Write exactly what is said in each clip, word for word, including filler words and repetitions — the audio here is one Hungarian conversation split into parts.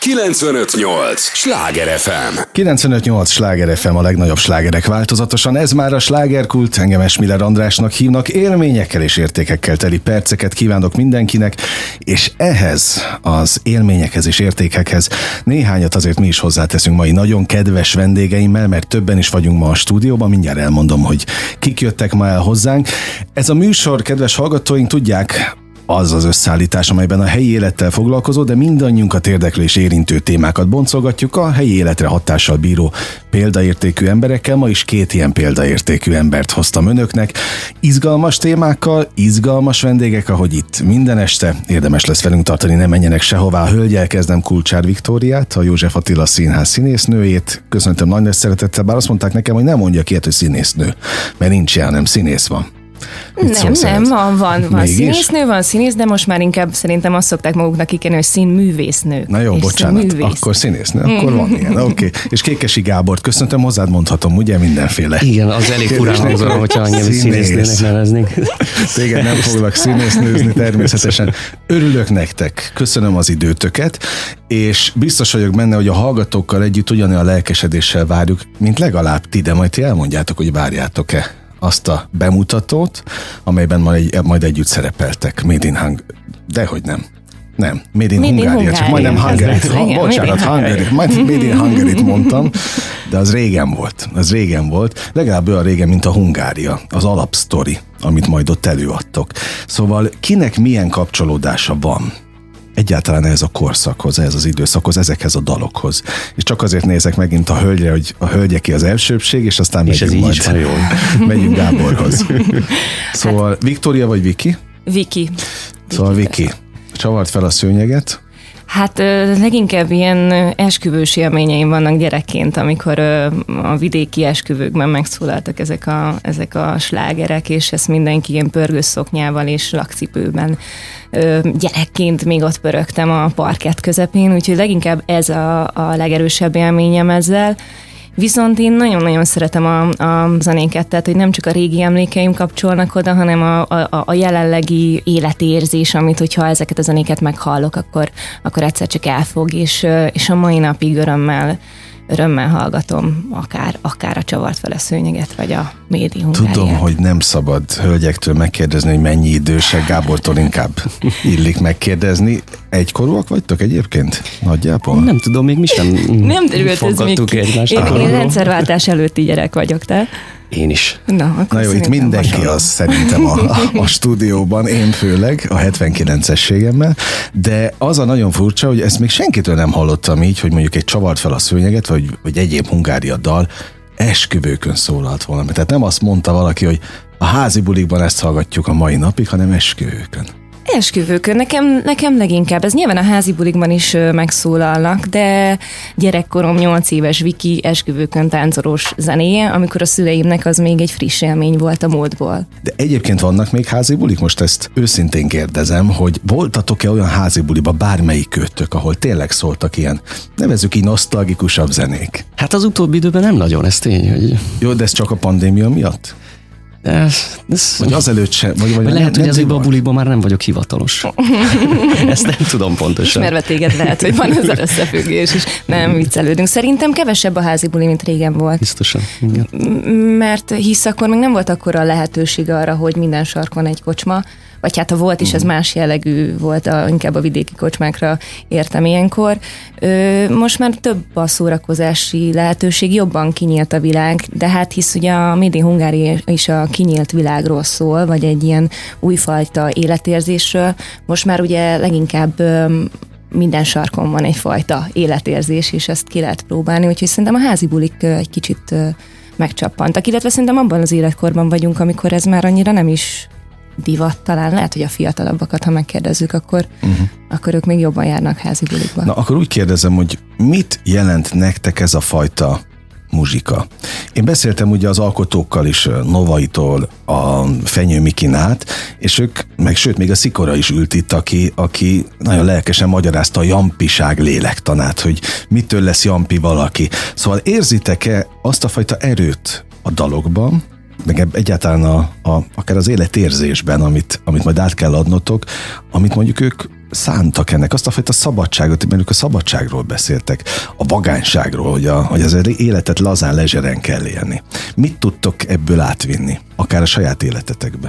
kilencvenöt nyolc Sláger ef em. kilencvenöt nyolc Sláger ef em, a legnagyobb slágerek változatosan. Ez már a Slágerkult, engem Esmiller Andrásnak hívnak. Élményekkel és értékekkel teli perceket kívánok mindenkinek, és ehhez az élményekhez és értékekhez néhányat azért mi is hozzáteszünk mai nagyon kedves vendégeimmel, mert többen is vagyunk ma a stúdióban. Mindjárt elmondom, hogy kik jöttek ma el hozzánk. Ez a műsor, kedves hallgatóink, tudják, az az összeállítás, amelyben a helyi élettel foglalkozó, de mindannyiunkat érdeklő és érintő témákat boncolgatjuk a helyi életre hatással bíró példaértékű emberekkel. Ma is két ilyen példaértékű embert hoztam önöknek. Izgalmas témákkal, izgalmas vendégek, ahogy itt minden este. Érdemes lesz velünk tartani, ne menjenek sehová. A hölgyel kezdem Kulcsár Viktóriát, a József Attila Színház színésznőjét. Köszöntöm nagy szeretettel, bár azt mondták nekem, hogy nem mondja ki, hogy színésznő, mert nincs ilyen, nem színész van. Mit nem, nem, van, van, van színésznő, van színész, de most már inkább szerintem azt szokták maguknak kikenni, hogy színművésznő. Na jó, bocsánat, színművész. Akkor színésznő, akkor van ilyen, oké. Okay. És Kékesi Gábort köszöntöm, hozzád mondhatom, ugye, mindenféle. Igen, az elég furán hangzom, hogyha annyi színésznőnek neveznénk. Téged nem foglak színésznőzni természetesen. Örülök nektek, köszönöm az időtöket, és biztos vagyok benne, hogy a hallgatókkal együtt ugyanolyan lelkesedéssel várjuk, mint legalább ti, de majd ti elmondjátok, hogy várjátok-e azt a bemutatót, amelyben majd, majd együtt szerepeltek. Made in Hungary. Dehogy nem. Nem. Made in Hungary. Csak majdnem Hungary. Ha, bocsánat, Hungary. Majd Made in Hungary-t mondtam, de az régen volt. Az régen volt. Legalább olyan régen, mint a Hungária. Az alapsztori, amit majd ott előadtok. Szóval kinek milyen kapcsolódása van egyáltalán ehhez a korszakhoz, ehhez az időszakhoz, ezekhez a dalokhoz. És csak azért nézek megint a hölgyre, hogy a hölgyeké az elsőbbség, és aztán és megyünk majd. Van, jól. Megyünk Gáborhoz. Szóval hát, Viktória vagy Viki? Viki. Szóval Viki. Csavart fel a szőnyeget. Hát leginkább ilyen esküvős élményeim vannak gyerekként, amikor a vidéki esküvőkben megszólaltak ezek a, ezek a slágerek, és ezt mindenki ilyen pörgős szoknyával és lakcipőben gyerekként még ott pörögtem a parkett közepén, úgyhogy leginkább ez a, a legerősebb élményem ezzel. Viszont én nagyon-nagyon szeretem a, a zenéket, tehát hogy nem csak a régi emlékeim kapcsolnak oda, hanem a, a, a jelenlegi életérzés, amit hogyha ezeket a zenéket meghallok, akkor, akkor egyszer csak elfog, és, és a mai napig örömmel, örömmel hallgatom akár, akár a Csavart fel a szőnyeget, vagy a Made in Hungáriát. Tudom, hogy nem szabad hölgyektől megkérdezni, hogy mennyi idősek, Gábortól inkább illik megkérdezni. Egykorúak vagytok egyébként? Nagyjából? Nem tudom, még mi sem nem derült ez még ki. Én, én rendszerváltás előtti gyerek vagyok, te? Én is. Na, Na jó, itt mindenki hasonló. Az szerintem a, a, a stúdióban, én főleg a hetvenkilencességemmel, de az a nagyon furcsa, hogy ezt még senkitől nem hallottam így, hogy mondjuk egy Csavart fel a szőnyeget, vagy, vagy egyéb Hungária dal esküvőkön szólalt volna. Tehát nem azt mondta valaki, hogy a házi bulikban ezt hallgatjuk a mai napig, hanem esküvőkön. Esküvőkön. Nekem, nekem leginkább. Ez nyilván a házi bulikban is megszólalnak, de gyerekkorom nyolc éves Viki esküvőkön táncolós zenéje, amikor a szüleimnek az még egy friss élmény volt a módból. De egyébként vannak még házi bulik? Most ezt őszintén kérdezem, hogy voltatok-e olyan házi buliba bármelyik kötök, ahol tényleg szóltak ilyen, nevezzük így nosztalgikusabb zenék? Hát az utóbbi időben nem nagyon, ez tény. Hogy... Jó, de ez csak a pandémia miatt? Ez, ez, vagy azelőtt sem. Vagy, vagy lehet, nem, hogy ezekben a bulikban már nem vagyok hivatalos. Ezt nem tudom pontosan. Ismerve téged lehet, hogy van ez az összefüggés is. Nem viccelődünk. Szerintem kevesebb a házi buli, mint régen volt. Biztosan. Igen. Mert hisz akkor még nem volt akkora lehetőség arra, hogy minden sarkon egy kocsma, vagy hát ha volt is, ez más jellegű volt, a, inkább a vidéki kocsmákra értem ilyenkor. Ö, most már több a szórakozási lehetőség, jobban kinyílt a világ, de hát hisz ugye a Made in Hungary is a kinyílt világról szól, vagy egy ilyen újfajta életérzésről. Most már ugye leginkább ö, minden sarkon van egyfajta életérzés, és ezt ki lehet próbálni, úgyhogy szerintem a házi bulik egy kicsit ö, megcsappantak, illetve szerintem abban az életkorban vagyunk, amikor ez már annyira nem is divat, talán lehet, hogy a fiatalabbakat, ha megkérdezzük, akkor, uh-huh. akkor ők még jobban járnak házi bulikba. Na, akkor úgy kérdezem, hogy mit jelent nektek ez a fajta muzsika? Én beszéltem ugye az alkotókkal is, Novaitól a Fenyő Mikin át, és ők, meg sőt, még a Szikora is ült itt, aki, aki nagyon lelkesen magyarázta a jampiság lélektanát, hogy mitől lesz jampi valaki. Szóval érzitek-e azt a fajta erőt a dalokban, meg egyáltalán a, a, akár az életérzésben, amit, amit majd át kell adnotok, amit mondjuk ők szántak ennek azt a fajta szabadságot, mert ők a szabadságról beszéltek, a vagányságról, hogy, a, hogy az életet lazán, lezseren kell élni. Mit tudtok ebből átvinni, akár a saját életetekbe?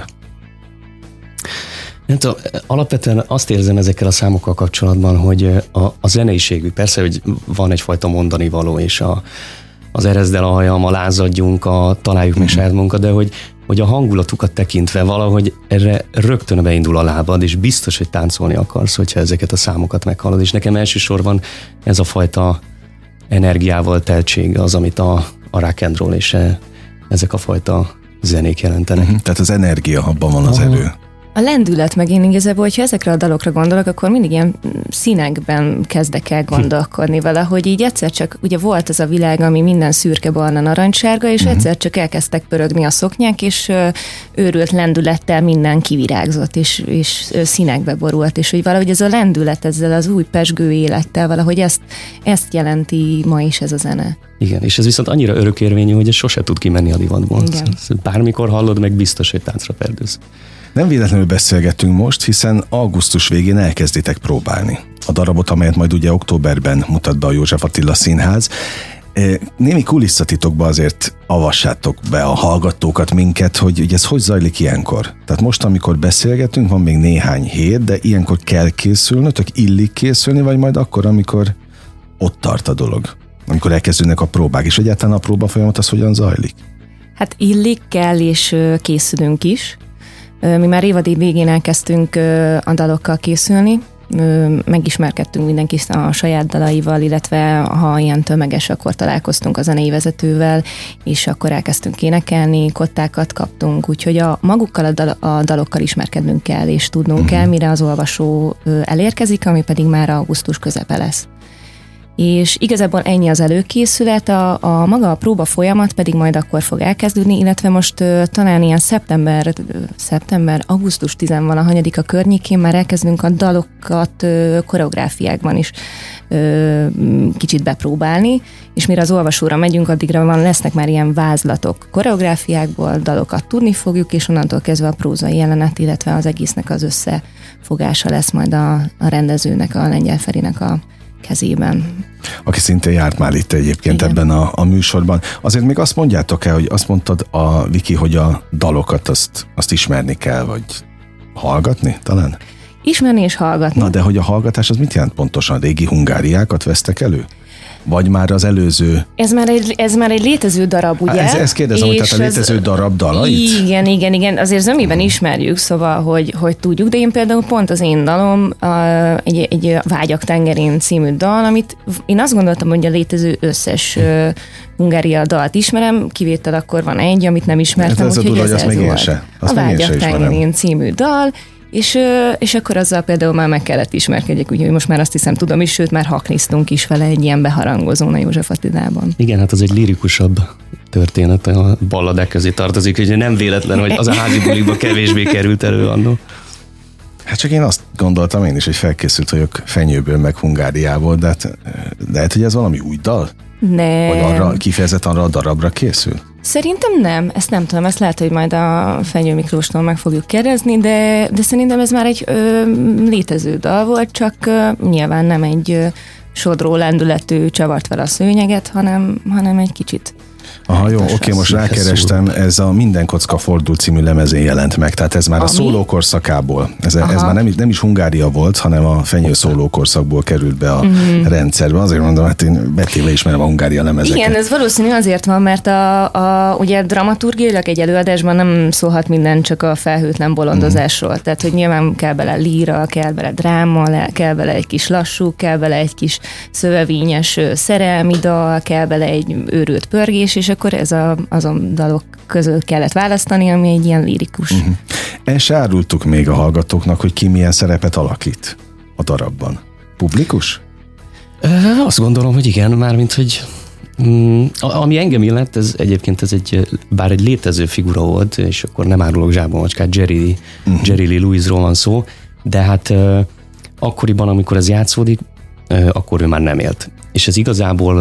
Nem tudom, alapvetően azt érzem ezekkel a számokkal kapcsolatban, hogy a, a zeneiségük, persze, hogy van egyfajta mondani való, és a, az erezd el a hajam, a lázadjunk, a találjuk meg saját munkat, de hogy, hogy a hangulatukat tekintve valahogy erre rögtön beindul a lábad, és biztos, hogy táncolni akarsz, hogyha ezeket a számokat meghallod, és nekem elsősorban ez a fajta energiával teltség az, amit a, a rock and roll és ezek a fajta zenék jelentenek. Uh-huh. Tehát az energia, abban van az Aha. erő. A lendület meg én igazából, hogyha ezekre a dalokra gondolok, akkor mindig ilyen színekben kezdek el gondolkodni vele, hogy így egyszer csak, ugye volt az a világ, ami minden szürke, barna, narancssárga, és uh-huh. egyszer csak elkezdtek pörögni a szoknyák, és őrült lendülettel minden kivirágzott, és, és színekbe borult, és hogy valahogy ez a lendület ezzel az új pezsgő élettel, valahogy ezt, ezt jelenti ma is ez a zene. Igen, és ez viszont annyira örökérvényű, hogy ez sose tud kimenni a divatból. Igen. Bármikor hallod, meg biztos, hogy táncra perdülsz. Nem véletlenül beszélgettünk most, hiszen augusztus végén elkezditek próbálni a darabot, amelyet majd ugye októberben mutat be a József Attila Színház. Némi kulisszatitokba azért avassátok be a hallgatókat, minket, hogy ugye ez hogy zajlik ilyenkor. Tehát most, amikor beszélgetünk, van még néhány hét, de ilyenkor kell készülnötök, illik készülni, vagy majd akkor, amikor ott tart a dolog, amikor elkezdődnek a próbák, és egyáltalán a próba folyamat az hogyan zajlik? Hát illik, kell, és készülünk is. Mi már évadi végén elkezdtünk a dalokkal készülni, megismerkedtünk mindenki a saját dalaival, illetve ha ilyen tömeges, akkor találkoztunk a zenei vezetővel, és akkor elkezdtünk énekelni, kottákat kaptunk, úgyhogy a magukkal a, dal- a dalokkal ismerkednünk kell, és tudnunk uh-huh. kell, mire az olvasó elérkezik, ami pedig már augusztus közepe lesz. És igazából ennyi az előkészület, a, a maga a próba folyamat pedig majd akkor fog elkezdődni, illetve most uh, talán ilyen szeptember, szeptember, augusztus tizenvalahanyadika környékén már elkezdünk a dalokat uh, koreográfiákban is uh, kicsit bepróbálni, és mire az olvasóra megyünk, addigra van, lesznek már ilyen vázlatok koreográfiákból, dalokat tudni fogjuk, és onnantól kezdve a prózai jelenet, illetve az egésznek az összefogása lesz majd a, a rendezőnek, a Lengyel Ferinek a kezében. Aki szintén járt már itt egyébként igen. ebben a, a műsorban. Azért még azt mondjátok el, hogy azt mondtad a Viki, hogy a dalokat azt, azt ismerni kell, vagy hallgatni talán? Ismerni és hallgatni. Na de hogy a hallgatás az mit jelent pontosan? Régi hungáriákat vesztek elő? Vagy már az előző... Ez már egy, ez már egy létező darab, ugye? Ez, ezt kérdezem, hogy tehát a létező az... darab dalait? Igen, igen, igen. Azért zömében ismerjük, szóval, hogy, hogy tudjuk, de én például pont az én dalom a, egy, egy Vágyak tengerén című dal, amit én azt gondoltam, hogy a létező összes uh, Hungária dalt ismerem, kivétel akkor van egy, amit nem ismertem, ez úgyhogy ez, ez még volt. Se. A Vágyak tengerén című dal, És, és akkor azzal például már meg kellett ismerkedjek, úgyhogy most már azt hiszem tudom is, sőt már haknisztunk is vele egy ilyen beharangozón a József Attilában. Igen, hát az egy lirikusabb történet, a balladák közé tartozik, úgyhogy nem véletlen, hogy az a házi bulikba kevésbé került elő annó. Hát csak én azt gondoltam én is, hogy felkészült vagyok Fenyőből meg Hungáriából, de hát lehet, hogy ez valami új dal? Nem. Vagy arra, kifejezetten arra a darabra készül? Szerintem nem, ezt nem tudom, ezt lehet, hogy majd a Fenyő Miklóstól meg fogjuk kérdezni, de, de szerintem ez már egy ö, létező dal volt, csak ö, nyilván nem egy ö, sodró lendületű csavart vele a szőnyeget, hanem, hanem egy kicsit. Aha, jó, oké, okay, most rákerestem, ez a Minden kocka fordul című lemezén jelent meg, tehát ez már Ami? a szólókorszakából. Ez, ez már nem is, nem is Hungária volt, hanem a Fenyő szólókorszakból került be a mm. rendszerbe. Azért mondom, hát én betéve ismerem a Hungária lemezeket. Igen, ez valószínű azért van, mert a, a, ugye dramaturgiailag egy előadásban nem szólhat minden csak a felhőtlen bolondozásról. Mm. Tehát, hogy nyilván kell bele líra, kell bele dráma, kell bele egy kis lassú, kell bele egy kis szövevényes szerelmi dal, kell bele egy őrült pörgés, és akkor ez a, azon dalok közül kellett választani, ami egy ilyen lirikus. Uh-huh. El se árultuk még a hallgatóknak, hogy ki milyen szerepet alakít a darabban. Publikus? Ö, azt gondolom, hogy igen, mármint, hogy mm, ami engem illet, ez egyébként ez egy, bár egy létező figura volt, és akkor nem árulok zsákba macskát, Jerry, uh-huh. Jerry Lee Lewisról van szó, de hát ö, akkoriban, amikor ez játszódik, ö, akkor ő már nem élt. És ez igazából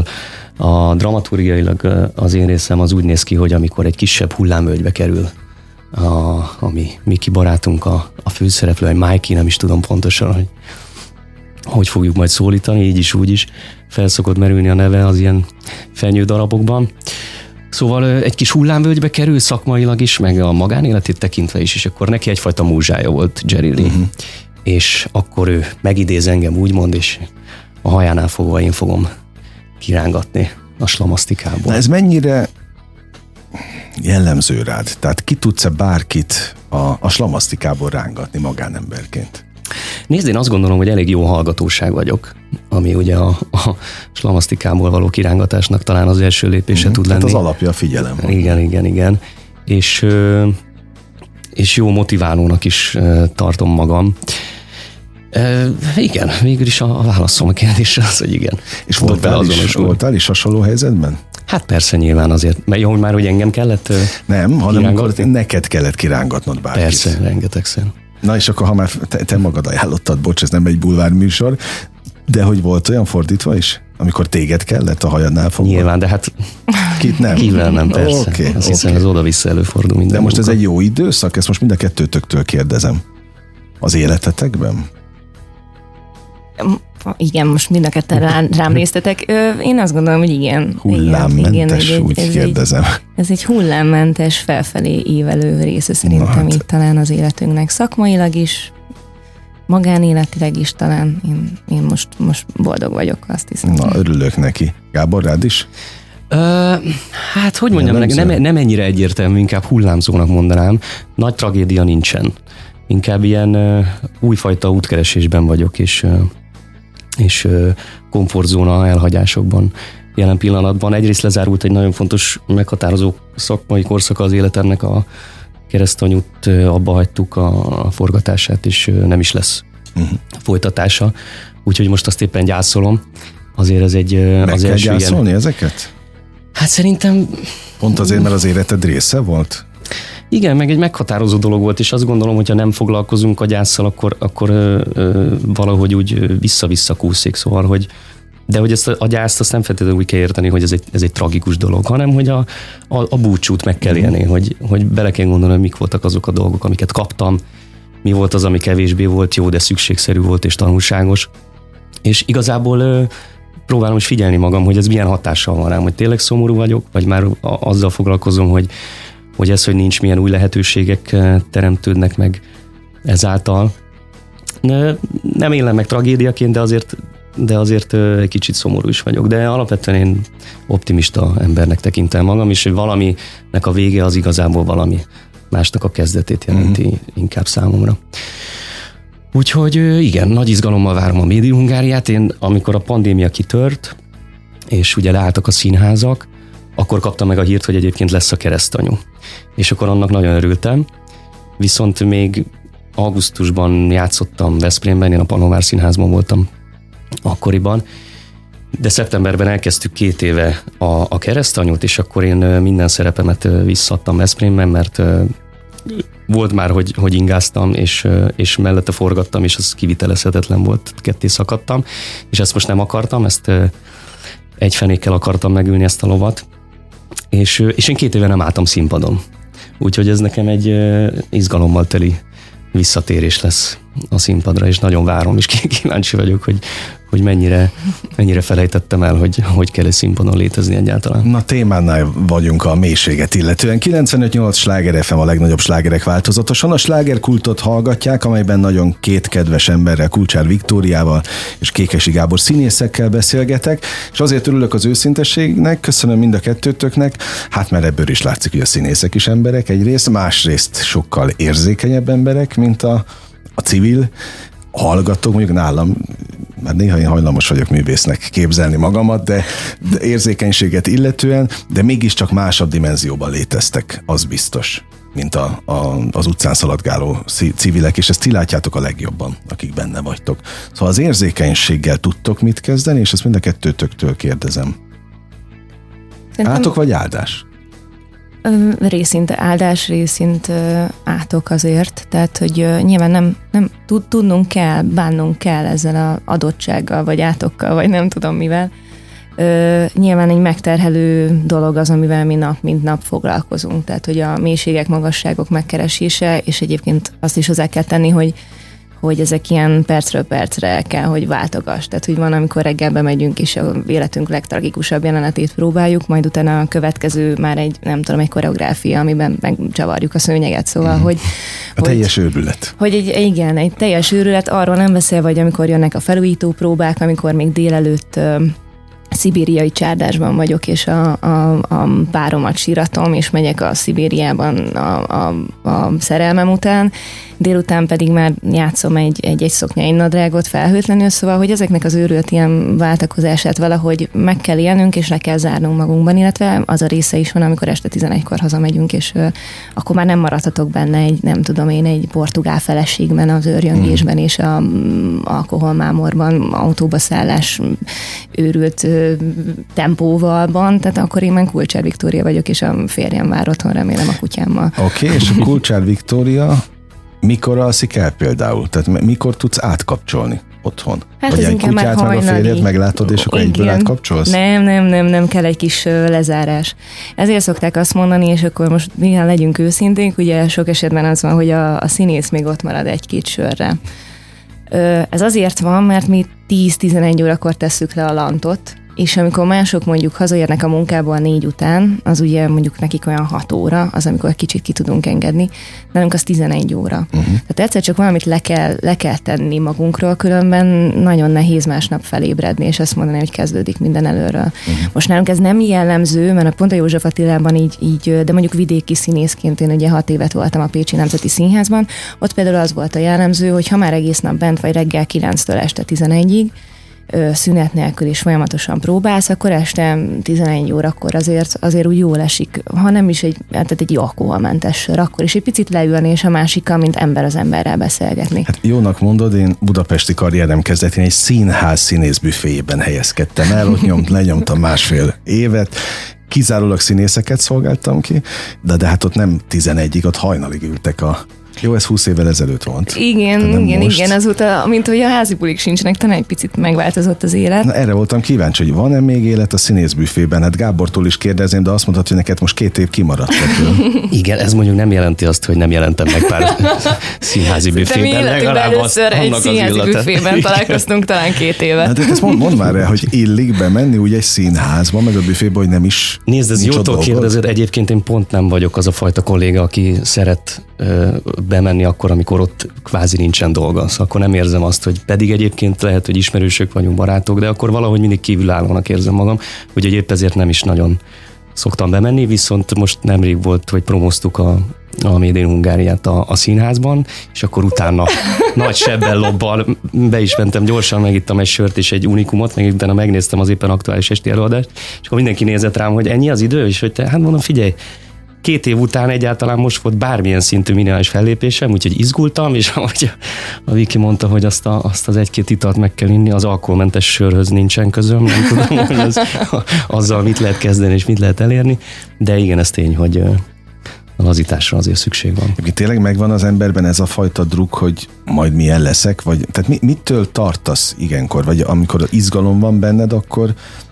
a dramaturgiailag az én részem az úgy néz ki, hogy amikor egy kisebb hullámvölgybe kerül, a, ami Miki barátunk a, a főszereplő, egy Mikey, nem is tudom pontosan, hogy hogy fogjuk majd szólítani, így is, úgy is fel szokott merülni a neve az ilyen fenyő darabokban. Szóval egy kis hullámvölgybe kerül szakmailag is, meg a magánéletét tekintve is, és akkor neki egyfajta múzsája volt Jerry Lee. Uh-huh. És akkor ő megidéz engem úgymond, és a hajánál fogva én fogom kirángatni a slamasztikából. Na ez mennyire jellemző rád? Tehát ki tudsz-e bárkit a, a slamasztikából rángatni magánemberként? Nézd, én azt gondolom, hogy elég jó hallgatóság vagyok, ami ugye a, a slamasztikából való kirángatásnak talán az első lépése mm, tud lenni. Tehát az alapja a figyelem. Igen, igen, igen. És, és jó motiválónak is tartom magam. E, igen, végül is a, a válaszom a kérdésre az, hogy igen. És voltál is, voltál is hasonló helyzetben? Hát persze, nyilván azért. Mert jó, hogy már, hogy engem kellett Nem, hanem amikor neked kellett kirángatnod bárkit. Persze, rengetegszer. Na és akkor, ha már te, te magad ajánlottad, bocs, ez nem egy bulvár műsor, de hogy volt olyan fordítva is, amikor téged kellett a hajadnál fogva? Nyilván, de hát kit nem? Kivel nem, persze. Okay, Azt okay. hiszem, ez oda-vissza előfordul minden. De most munka. Ez egy jó időszak? Ezt most mind a kettőtöktől kérdezem. Az életetekben? Igen, most mind a ketten rám, rám néztetek. Én azt gondolom, hogy igen. Hullámmentes, igen, úgy ez kérdezem. Egy, ez egy hullámmentes, felfelé ívelő része szerintem hát. Itt talán az életünknek. Szakmailag is, magánéletileg is talán. Én, én most, most boldog vagyok, azt hiszem. Na, örülök neki. Gábor, rád is? Ö, hát, hogy mondjam, nem, nem, nem ennyire egyértelmű, inkább hullámzónak mondanám. Nagy tragédia nincsen. Inkább ilyen uh, újfajta útkeresésben vagyok, és uh, és komfortzóna elhagyásokban jelen pillanatban. Egyrészt lezárult egy nagyon fontos, meghatározó szakmai korszaka az életemnek, a Keresztanyút abba hagytuk a, a forgatását, és nem is lesz uh-huh. folytatása. Úgyhogy most azt éppen gyászolom. Azért ez egy... Meg az kell első gyászolni ilyen... ezeket? Hát szerintem... Pont azért, mert az életed része volt? Igen, meg egy meghatározó dolog volt, és azt gondolom, hogyha nem foglalkozunk a gyászsal, akkor, akkor ö, ö, valahogy úgy vissza-vissza kúszik, szóval, hogy de hogy ezt a, a gyászt azt nem feltétlenül úgy kell érteni, hogy ez egy, ez egy tragikus dolog, hanem hogy a, a, a búcsút meg kell élni, mm. hogy, hogy bele kell gondolni, hogy mik voltak azok a dolgok, amiket kaptam, mi volt az, ami kevésbé volt jó, de szükségszerű volt és tanulságos. És igazából ö, próbálom is figyelni magam, hogy ez milyen hatással van rám, hogy tényleg szomorú vagyok, vagy már a, azzal foglalkozom, hogy hogy ez, hogy nincs milyen új lehetőségek teremtődnek meg ezáltal. Nem élem meg tragédiaként, de azért, de azért egy kicsit szomorú is vagyok. De alapvetően én optimista embernek tekintem magam, és hogy valaminek a vége az igazából valami másnak a kezdetét jelenti mm-hmm. inkább számomra. Úgyhogy igen, nagy izgalommal várom a Made in Hungáriát. Én, amikor a pandémia kitört, és ugye leálltak a színházak, akkor kaptam meg a hírt, hogy egyébként lesz a Keresztanyu. És akkor annak nagyon örültem. Viszont még augusztusban játszottam Veszprémben, én a Pannonvár Színházban voltam akkoriban, de szeptemberben elkezdtük két éve a, a Keresztanyút, és akkor én minden szerepemet visszaadtam Veszprémben, mert volt már, hogy, hogy ingáztam, és, és mellette forgattam, és az kivitelezhetetlen volt, ketté szakadtam, és ezt most nem akartam, ezt egy fenékkel akartam megülni ezt a lovat, és, és én két éve nem álltam színpadon. Úgyhogy ez nekem egy izgalommal teli visszatérés lesz a színpadra, és nagyon várom, és kíváncsi vagyok, hogy, hogy mennyire, mennyire felejtettem el, hogy hogy kell egy színpadon létezni egyáltalán. Na, témánál vagyunk a mélységet illetően. kilencvenöt nyolc Sláger ef em, a legnagyobb slágerek változatosan. A slágerkultot hallgatják, amelyben nagyon két kedves emberrel, Kulcsár Viktóriával és Kékesi Gábor színészekkel beszélgetek, és azért örülök az őszintességnek, köszönöm mind a kettőtöknek, hát mert ebből is látszik, hogy a színészek is emberek egyrészt, másrészt sokkal érzékenyebb emberek, mint a, a civil hallgatók, mondjuk nálam, mert néha én hajlamos vagyok művésznek képzelni magamat, de, de érzékenységet illetően, de mégiscsak másabb dimenzióban léteztek, az biztos, mint a, a, az utcán szaladgáló civilek, és ezt ti látjátok a legjobban, akik benne vagytok. Szóval az érzékenységgel tudtok mit kezdeni, és ezt mind a kettőtöktől kérdezem. Szerintem... Átok vagy áldás? Részint áldás, részint átok azért, tehát, hogy nyilván nem, nem tudnunk kell, bánnunk kell ezzel az adottsággal, vagy átokkal, vagy nem tudom mivel. Nyilván egy megterhelő dolog az, amivel mi nap, mint nap foglalkozunk, tehát, hogy a mélységek, magasságok megkeresése, és egyébként azt is hozzá kell tenni, hogy hogy ezek ilyen percről percre kell, hogy váltogass. Tehát, hogy van, amikor reggel bemegyünk, és a életünk legtragikusabb jelenetét próbáljuk, majd utána a következő már egy, nem tudom, egy koreográfia, amiben megcsavarjuk a szőnyeget, szóval, mm. hogy... A teljes őrület. Hogy egy, igen, egy teljes őrület, arról nem beszél, vagy amikor jönnek a felújító próbák, amikor még délelőtt szibériai csárdásban vagyok, és a, a, a páromat síratom, és megyek a Szibériában a, a, a szerelmem után, délután pedig már játszom egy, egy, egy szoknyai nadrágot felhőtlenül, szóval, hogy ezeknek az őrült ilyen váltakozását valahogy meg kell élnünk, és le kell zárnunk magunkban, illetve az a része is van, amikor este tizenegykor hazamegyünk, és ö, akkor már nem maradhatok benne egy, nem tudom én, egy portugál feleségben, az őrjöngésben, és a mm, alkoholmámorban, autóba szállás őrült ö, tempóvalban, tehát akkor én már Kulcsár Viktória vagyok, és a férjem vár otthon, remélem, a kutyámmal. Oké, okay, és a Kulcsár Viktória mikor alszik el például? Tehát mikor tudsz átkapcsolni otthon? Hát vagy egy kutyát meg a férjet meglátod, és akkor egyből átkapcsolsz? Nem, nem, nem, nem kell egy kis lezárás. Ezért szokták azt mondani, és akkor most néha legyünk őszinték, ugye sok esetben az van, hogy a, a színész még ott marad egy-két sörre. Ez azért van, mert mi tíz-tizenegy órakor tesszük le a lantot, és amikor mások mondjuk hazaérnek a munkából négy után, az ugye mondjuk nekik olyan hat óra, az amikor kicsit ki tudunk engedni, nálunk az tizenegy óra. Uh-huh. Tehát egyszer csak valamit le kell, le kell tenni magunkról, különben nagyon nehéz másnap felébredni, és azt mondani, hogy kezdődik minden előről. Uh-huh. Most nálunk ez nem jellemző, mert pont a József Attilában így, így, de mondjuk vidéki színészként én ugye hat évet voltam a Pécsi Nemzeti Színházban, ott például az volt a jellemző, hogy ha már egész nap bent vagy reggel kilenctől este tizenegyig, szünet nélkül is folyamatosan próbálsz, akkor este tizenegy órakor azért, azért úgy jól esik, ha nem is egy, tehát egy alkoholmentes sör, akkor is egy picit leülni, és a másikkal, mint ember az emberrel beszélgetni. Hát jónak mondod, én budapesti karrierem kezdetén egy színház színész büféjében helyezkedtem el, ott nyomt, lenyomtam másfél évet, kizárólag színészeket szolgáltam ki, de, de hát ott nem tizenegyig, ott hajnalig ültek a Jó, ez húsz évvel ezelőtt volt. Igen, igen, most. igen, azóta, mint hogy a házi bulik sincsenek, talán egy picit megváltozott az élet. Na, erre voltam kíváncsi, hogy van-e még élet a színészbüfében? Hát Gábortól is kérdezném, de azt mondhat, hogy neked most két év kimaradt. Igen, ez mondjuk nem jelenti azt, hogy nem jelentem meg pár színházi büfében. De mi életünkben először egy színházi büfében találkoztunk talán két éve. Hát ezt mond, mondd már el, hogy illik bemenni úgy egy színházba, meg a büfébe, hogy nem is. Nézd, ez jótól kérdezed, egyébként én pont nem vagyok az a fajta kolléga, aki szeret ö, bemenni akkor, amikor ott kvázi nincsen dolga. Szóval akkor nem érzem azt, hogy pedig egyébként lehet, hogy ismerősök vagyunk, barátok, de akkor valahogy mindig kívülállónak érzem magam, úgyhogy épp ezért nem is nagyon szoktam bemenni, viszont most nemrég volt, hogy promoztuk a, a Made in Hungáriát a, a színházban, és akkor utána nagy sebbel lobbal be is mentem gyorsan, megittam egy sört és egy unikumot, meg utána megnéztem az éppen aktuális esti előadást, és akkor mindenki nézett rám, hogy ennyi az idő, és hogy te, hát mondom, figyelj, két év után egyáltalán most volt bármilyen szintű minimális fellépésem, úgyhogy izgultam, és ahogy a Viki mondta, hogy azt, a, azt az egy-két italt meg kell inni, az alkoholmentes sörhöz nincsen közöm, nem tudom, hogy az, azzal mit lehet kezdeni és mit lehet elérni, de igen, ez tény, hogy a lazításra azért szükség van. Tényleg megvan az emberben ez a fajta druk, hogy majd milyen leszek, vagy tehát mi, mitől tartasz ilyenkor, vagy amikor izgalom van benned, akkor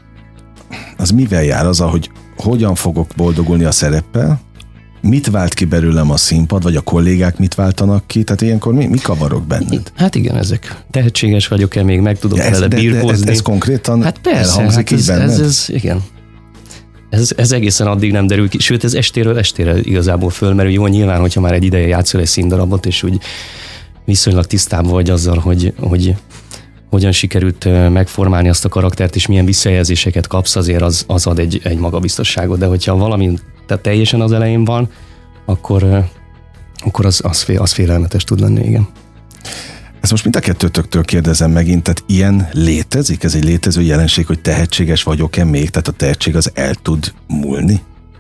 az mivel jár az, hogy hogyan fogok boldogulni a szereppel, mit vált ki belőlem a színpad, vagy a kollégák mit váltanak ki, tehát ilyenkor mi, mi kavarok benned? Hát igen, ezek. Tehetséges vagyok-e, még meg tudok ja, vele birkózni. Ez, ez konkrétan hát persze, elhangzik hát ez, így benned? Ez, ez, igen. Ez, ez egészen addig nem derül ki, sőt ez estéről estére igazából fölmerül. Jó, nyilván, hogyha már egy ideje játszol egy színdarabot, és úgy viszonylag tisztában vagy azzal, hogy, hogy hogyan sikerült megformálni azt a karaktert, és milyen visszajelzéseket kapsz, azért az, az ad egy, egy magabiztosságot, de hogyha valami tehát teljesen az elején van, akkor, akkor az, az, fél, az félelmetes tud lenni, igen. Ezt most mind a kettőtöktől kérdezem megint, tehát ilyen létezik? Ez egy létező jelenség, hogy tehetséges vagyok-e még? Tehát a tehetség az el tud múlni?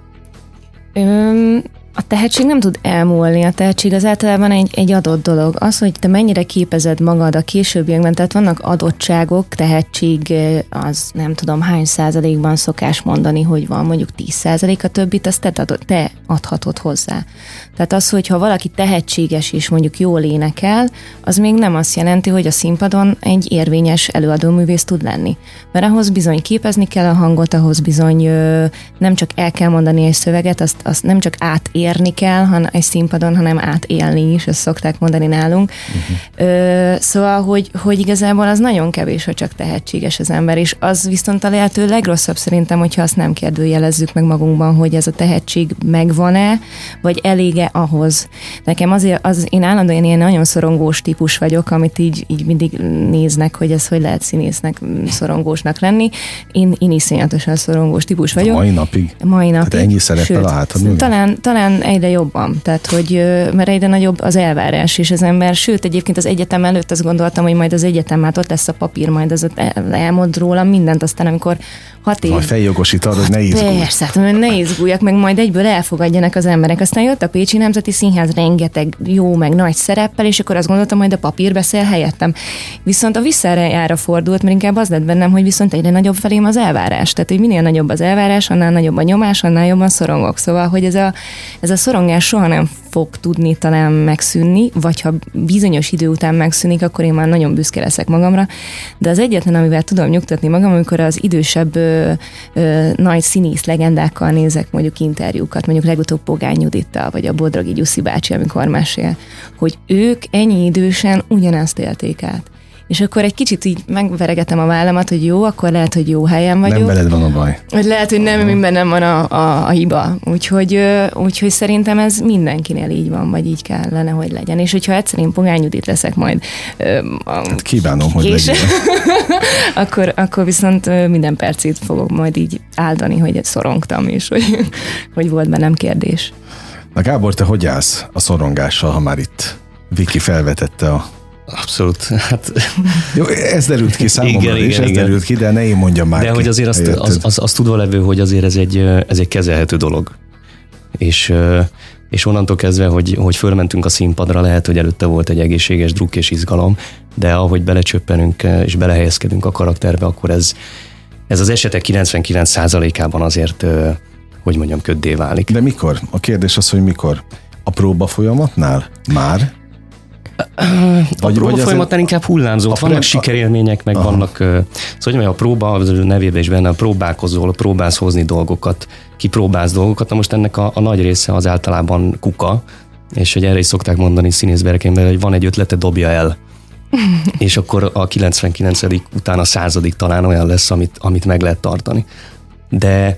Öm... A tehetség nem tud elmúlni, a tehetség az általában egy, egy adott dolog. Az, hogy te mennyire képezed magad a későbbiekben, tehát vannak adottságok, tehetség az nem tudom hány százalékban szokás mondani, hogy van mondjuk tíz százalék, a többit azt te, adod, te adhatod hozzá. Tehát az, hogyha valaki tehetséges és mondjuk jól énekel, az még nem azt jelenti, hogy a színpadon egy érvényes előadóművész tud lenni. Mert ahhoz bizony képezni kell a hangot, ahhoz bizony nem csak el kell mondani egy szöveget, azt, azt nem csak átélni, érni kell han, egy színpadon, hanem átélni is, ezt szokták mondani nálunk. Uh-huh. Ö, szóval, hogy, hogy igazából az nagyon kevés, hogy csak tehetséges az ember, és az viszont a lehető legrosszabb szerintem, hogyha azt nem kérdőjelezzük meg magunkban, hogy ez a tehetség megvan-e, vagy elége ahhoz. Nekem azért, az, én állandóan ilyen nagyon szorongós típus vagyok, amit így, így mindig néznek, hogy ez hogy lehet színésznek, szorongósnak lenni. Én, én iszonyatosan szorongós típus vagyok. A mai napig? A mai napig. Tehát ennyi szerepel a hátad? Talán, talán egyre jobban, tehát hogy, mert egyre nagyobb az elvárás, és az ember, sőt egyébként az egyetem előtt azt gondoltam, hogy majd az egyetem, hát ott lesz a papír, majd az elmond rólam mindent, aztán amikor hat év... Majd feljogosít arra, hogy ne izgulj. Persze, hát ne izguljak, meg majd egyből elfogadjanak az emberek. Aztán jött a Pécsi Nemzeti Színház rengeteg jó, meg nagy szereppel, és akkor azt gondoltam, majd a papír beszél helyettem. Viszont a visszájára fordult, mert inkább az lett bennem, hogy viszont egyre nagyobb felém az elvárás. Tehát, hogy minél nagyobb az elvárás, annál nagyobb a nyomás, annál jobban szorongok. Szóval, hogy ez a, ez a szorongás soha nem fog tudni talán megszűnni, vagy ha bizonyos idő után megszűnik, akkor én már nagyon büszke leszek magamra. De az egyetlen, amivel tudom nyugtatni magam, amikor az idősebb ö, ö, nagy színész legendákkal nézek mondjuk interjúkat, mondjuk legutóbb Pogány Judittal, vagy a Bodrogi Gyuszi bácsi, amikor mesél, hogy ők ennyi idősen ugyanezt élték át. És akkor egy kicsit így megveregetem a vállamat, hogy jó, akkor lehet, hogy jó helyen vagyok. Nem veled van a baj. Vagy lehet, hogy nem, minden nem van a, a, a hiba. Úgyhogy, úgyhogy szerintem ez mindenkinél így van, vagy így kellene, hogy legyen. És hogyha egyszer én Pogány Judit leszek majd... Hát kívánom, hogy legyen. akkor, akkor viszont minden percét fogok majd így áldani, hogy szorongtam, és hogy, hogy volt bennem kérdés. Na Gábor, te hogy állsz a szorongással, ha már itt Viki felvetette a... Abszolút. Hát... Jó, ez derült ki számomra, igen, és igen, ez igen. derült ki, de ne én mondjam már De ki. hogy azért azt, az, az, az tudva levő, hogy azért ez egy, ez egy kezelhető dolog. És, és onnantól kezdve, hogy, hogy fölmentünk a színpadra, lehet, hogy előtte volt egy egészséges druk és izgalom, de ahogy belecsöppenünk és belehelyezkedünk a karakterbe, akkor ez, ez az esetek kilencvenkilenc százalékában azért, hogy mondjam, köddé válik. De mikor? A kérdés az, hogy mikor? A próba folyamatnál? Már? A próba folyamatán inkább hullámzó. Vannak pre... sikerélmények, meg Aha. vannak, szóval a próba, a nevében is benne, próbálkozol, próbálsz hozni dolgokat, kipróbálsz dolgokat, na most ennek a, a nagy része az általában kuka, és hogy erre is szokták mondani színészberekényben, hogy van egy ötlete, dobja el. És akkor a kilencvenkilencedik után a századik talán olyan lesz, amit, amit meg lehet tartani. De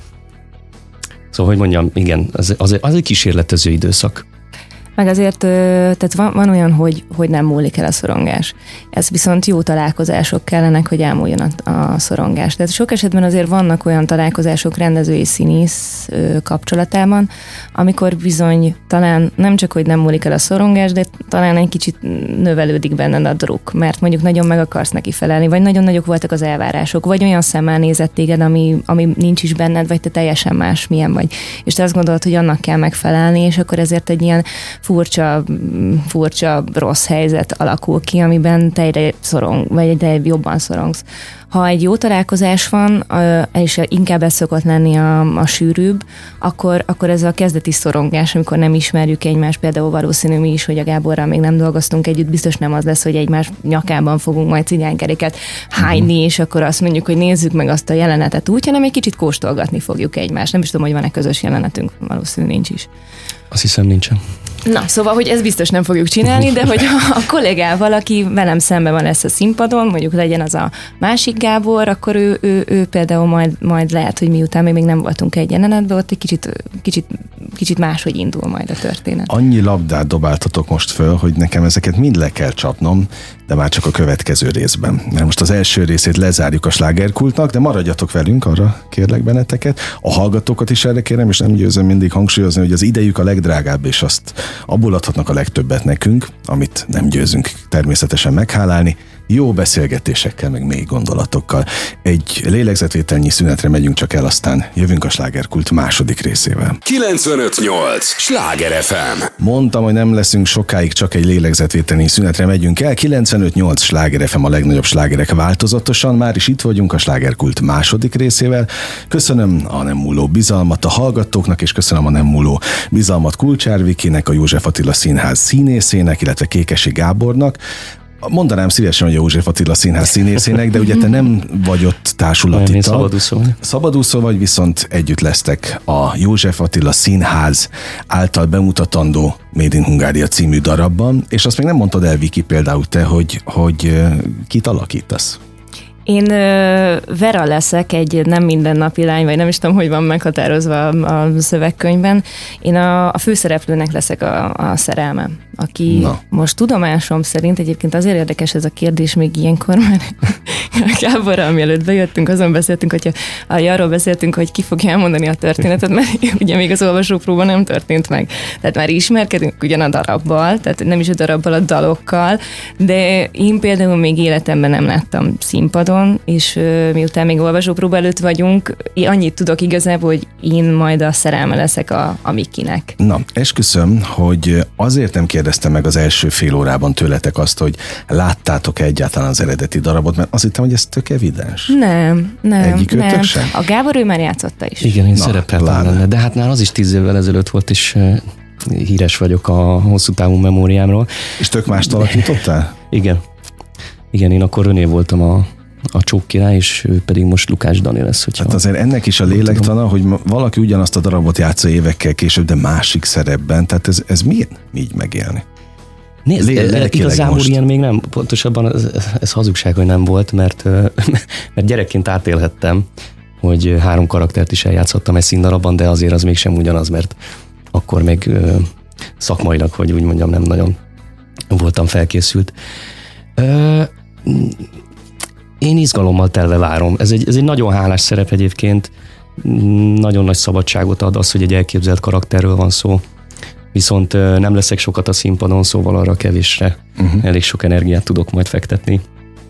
szóval, hogy mondjam, igen, az, az, az egy kísérletező időszak. Meg azért, tehát van, van olyan, hogy, hogy nem múlik el a szorongás. Ez viszont jó találkozások kellenek, hogy elmúljon a, a szorongás. Tehát sok esetben azért vannak olyan találkozások rendező és színész kapcsolatában, amikor bizony talán nem csak, hogy nem múlik el a szorongás, de talán egy kicsit növelődik benned a druk, mert mondjuk nagyon meg akarsz neki felelni, vagy nagyon nagyok voltak az elvárások, vagy olyan szemmel nézett téged, ami, ami nincs is benned, vagy te teljesen más milyen vagy. És te azt gondolod, hogy annak kell megfelelni, és akkor ezért egy ilyen furcsa, furcsa, rossz helyzet alakul ki, amiben te egyre szorong, vagy egyre jobban szorongsz. Ha egy jó találkozás van, és inkább ez szokott lenni a, a sűrűbb, akkor, akkor ez a kezdeti szorongás, amikor nem ismerjük egymást, például valószínű mi is, hogy a Gáborral még nem dolgoztunk együtt, biztos nem az lesz, hogy egymás nyakában fogunk majd cigánykeréket hányni, uh-huh. és akkor azt mondjuk, hogy nézzük meg azt a jelenetet úgy, hanem egy kicsit kóstolgatni fogjuk egymást. Nem is tudom, hogy van-e közös jelenetünk, valószínű nincs is. Azt hiszem nincsen. Na, szóval, hogy ezt biztos nem fogjuk csinálni, de hogy a kollégával, aki velem szemben van lesz a színpadon, mondjuk legyen az a másik Gábor, akkor ő, ő, ő például majd, majd lehet, hogy miután még, még nem voltunk egy jelenetben, ott egy kicsit, kicsit, kicsit máshogy indul majd a történet. Annyi labdát dobáltatok most föl, hogy nekem ezeket mind le kell csapnom, de már csak a következő részben. Mert most az első részét lezárjuk a slágerkultnak, de maradjatok velünk, arra kérlek benneteket. A hallgatókat is erre kérem, és nem győzöm mindig hangsúlyozni, hogy az idejük a legdrágább, és azt abból adhatnak a legtöbbet nekünk, amit nem győzünk természetesen meghálálni, jó beszélgetésekkel, meg mély gondolatokkal. Egy lélegzetvételnyi szünetre megyünk csak el, aztán jövünk a slágerkult második részével. kilencvenöt nyolc Sláger ef em. Mondtam, hogy nem leszünk sokáig, csak egy lélegzetvételnyi szünetre megyünk el. kilencvenöt nyolc Sláger ef em, a legnagyobb slágerek változatosan. Már is itt vagyunk a slágerkult második részével. Köszönöm a nem múló bizalmat a hallgatóknak, és köszönöm a nem múló bizalmat Kulcsár Vikinek, a József Attila Színház színészének, illetve Kékesi Gábornak. Mondanám szívesen, hogy a József Attila Színház színészének, de ugye te nem vagy ott társulati tag. Szabadúszó vagy. Szabadúszó vagy, viszont együtt lesztek a József Attila Színház által bemutatandó Made in Hungária című darabban, és azt még nem mondtad el, Viki, például te, hogy, hogy kit alakítasz. Én ö, Vera leszek, egy nem mindennapi lány, vagy nem is tudom, hogy van meghatározva a, a szövegkönyvben. Én a, a főszereplőnek leszek a, a szerelme, aki Na. most tudomásom szerint, egyébként azért érdekes ez a kérdés még ilyenkor, mert Gáborral, mielőtt bejöttünk, azon beszéltünk, hogy arról beszéltünk, hogy ki fogja elmondani a történetet, mert ugye még az olvasópróba nem történt meg. Tehát már ismerkedünk ugyan a darabbal, tehát nem is a darabbal, a dalokkal, de én például még életemben nem láttam színpadon, és uh, miután még olvasópróba előtt vagyunk, én annyit tudok igazából, hogy én majd a szerelme leszek a, a Mikinek. Na, esküszöm, hogy azért nem kérdeztem meg az első fél órában tőletek azt, hogy láttátok-e egyáltalán az eredeti darabot, mert azt hittem, hogy ez tök evidens. Nem, nem, Egyikőtök nem. sem? A Gábor ő már játszotta is. Igen, én szerepeltem benne, de hát már az is tíz évvel ezelőtt volt, és uh, híres vagyok a hosszú távú memóriámról. És tök mást alakítottál? Igen. Igen, én akkor René voltam a a Csók király, és ő pedig most Lukács Dani lesz. Hogyha hát azért ennek is a lélektana, hogy valaki ugyanazt a darabot játsza évekkel később, de másik szerepben, tehát ez, ez milyen így megélni? Nézd, Lé- igazából most. Ilyen még nem, pontosabban ez, ez hazugság, hogy nem volt, mert, mert gyerekként átélhettem, hogy három karaktert is eljátszottam egy színdarabban, de azért az mégsem ugyanaz, mert akkor még szakmailag, hogy úgy mondjam, nem nagyon voltam felkészült. Én izgalommal telve várom. Ez egy, ez egy nagyon hálás szerep egyébként, nagyon nagy szabadságot ad az, hogy egy elképzelt karakterről van szó, viszont nem leszek sokat a színpadon, szóval arra kevésre uh-huh. elég sok energiát tudok majd fektetni.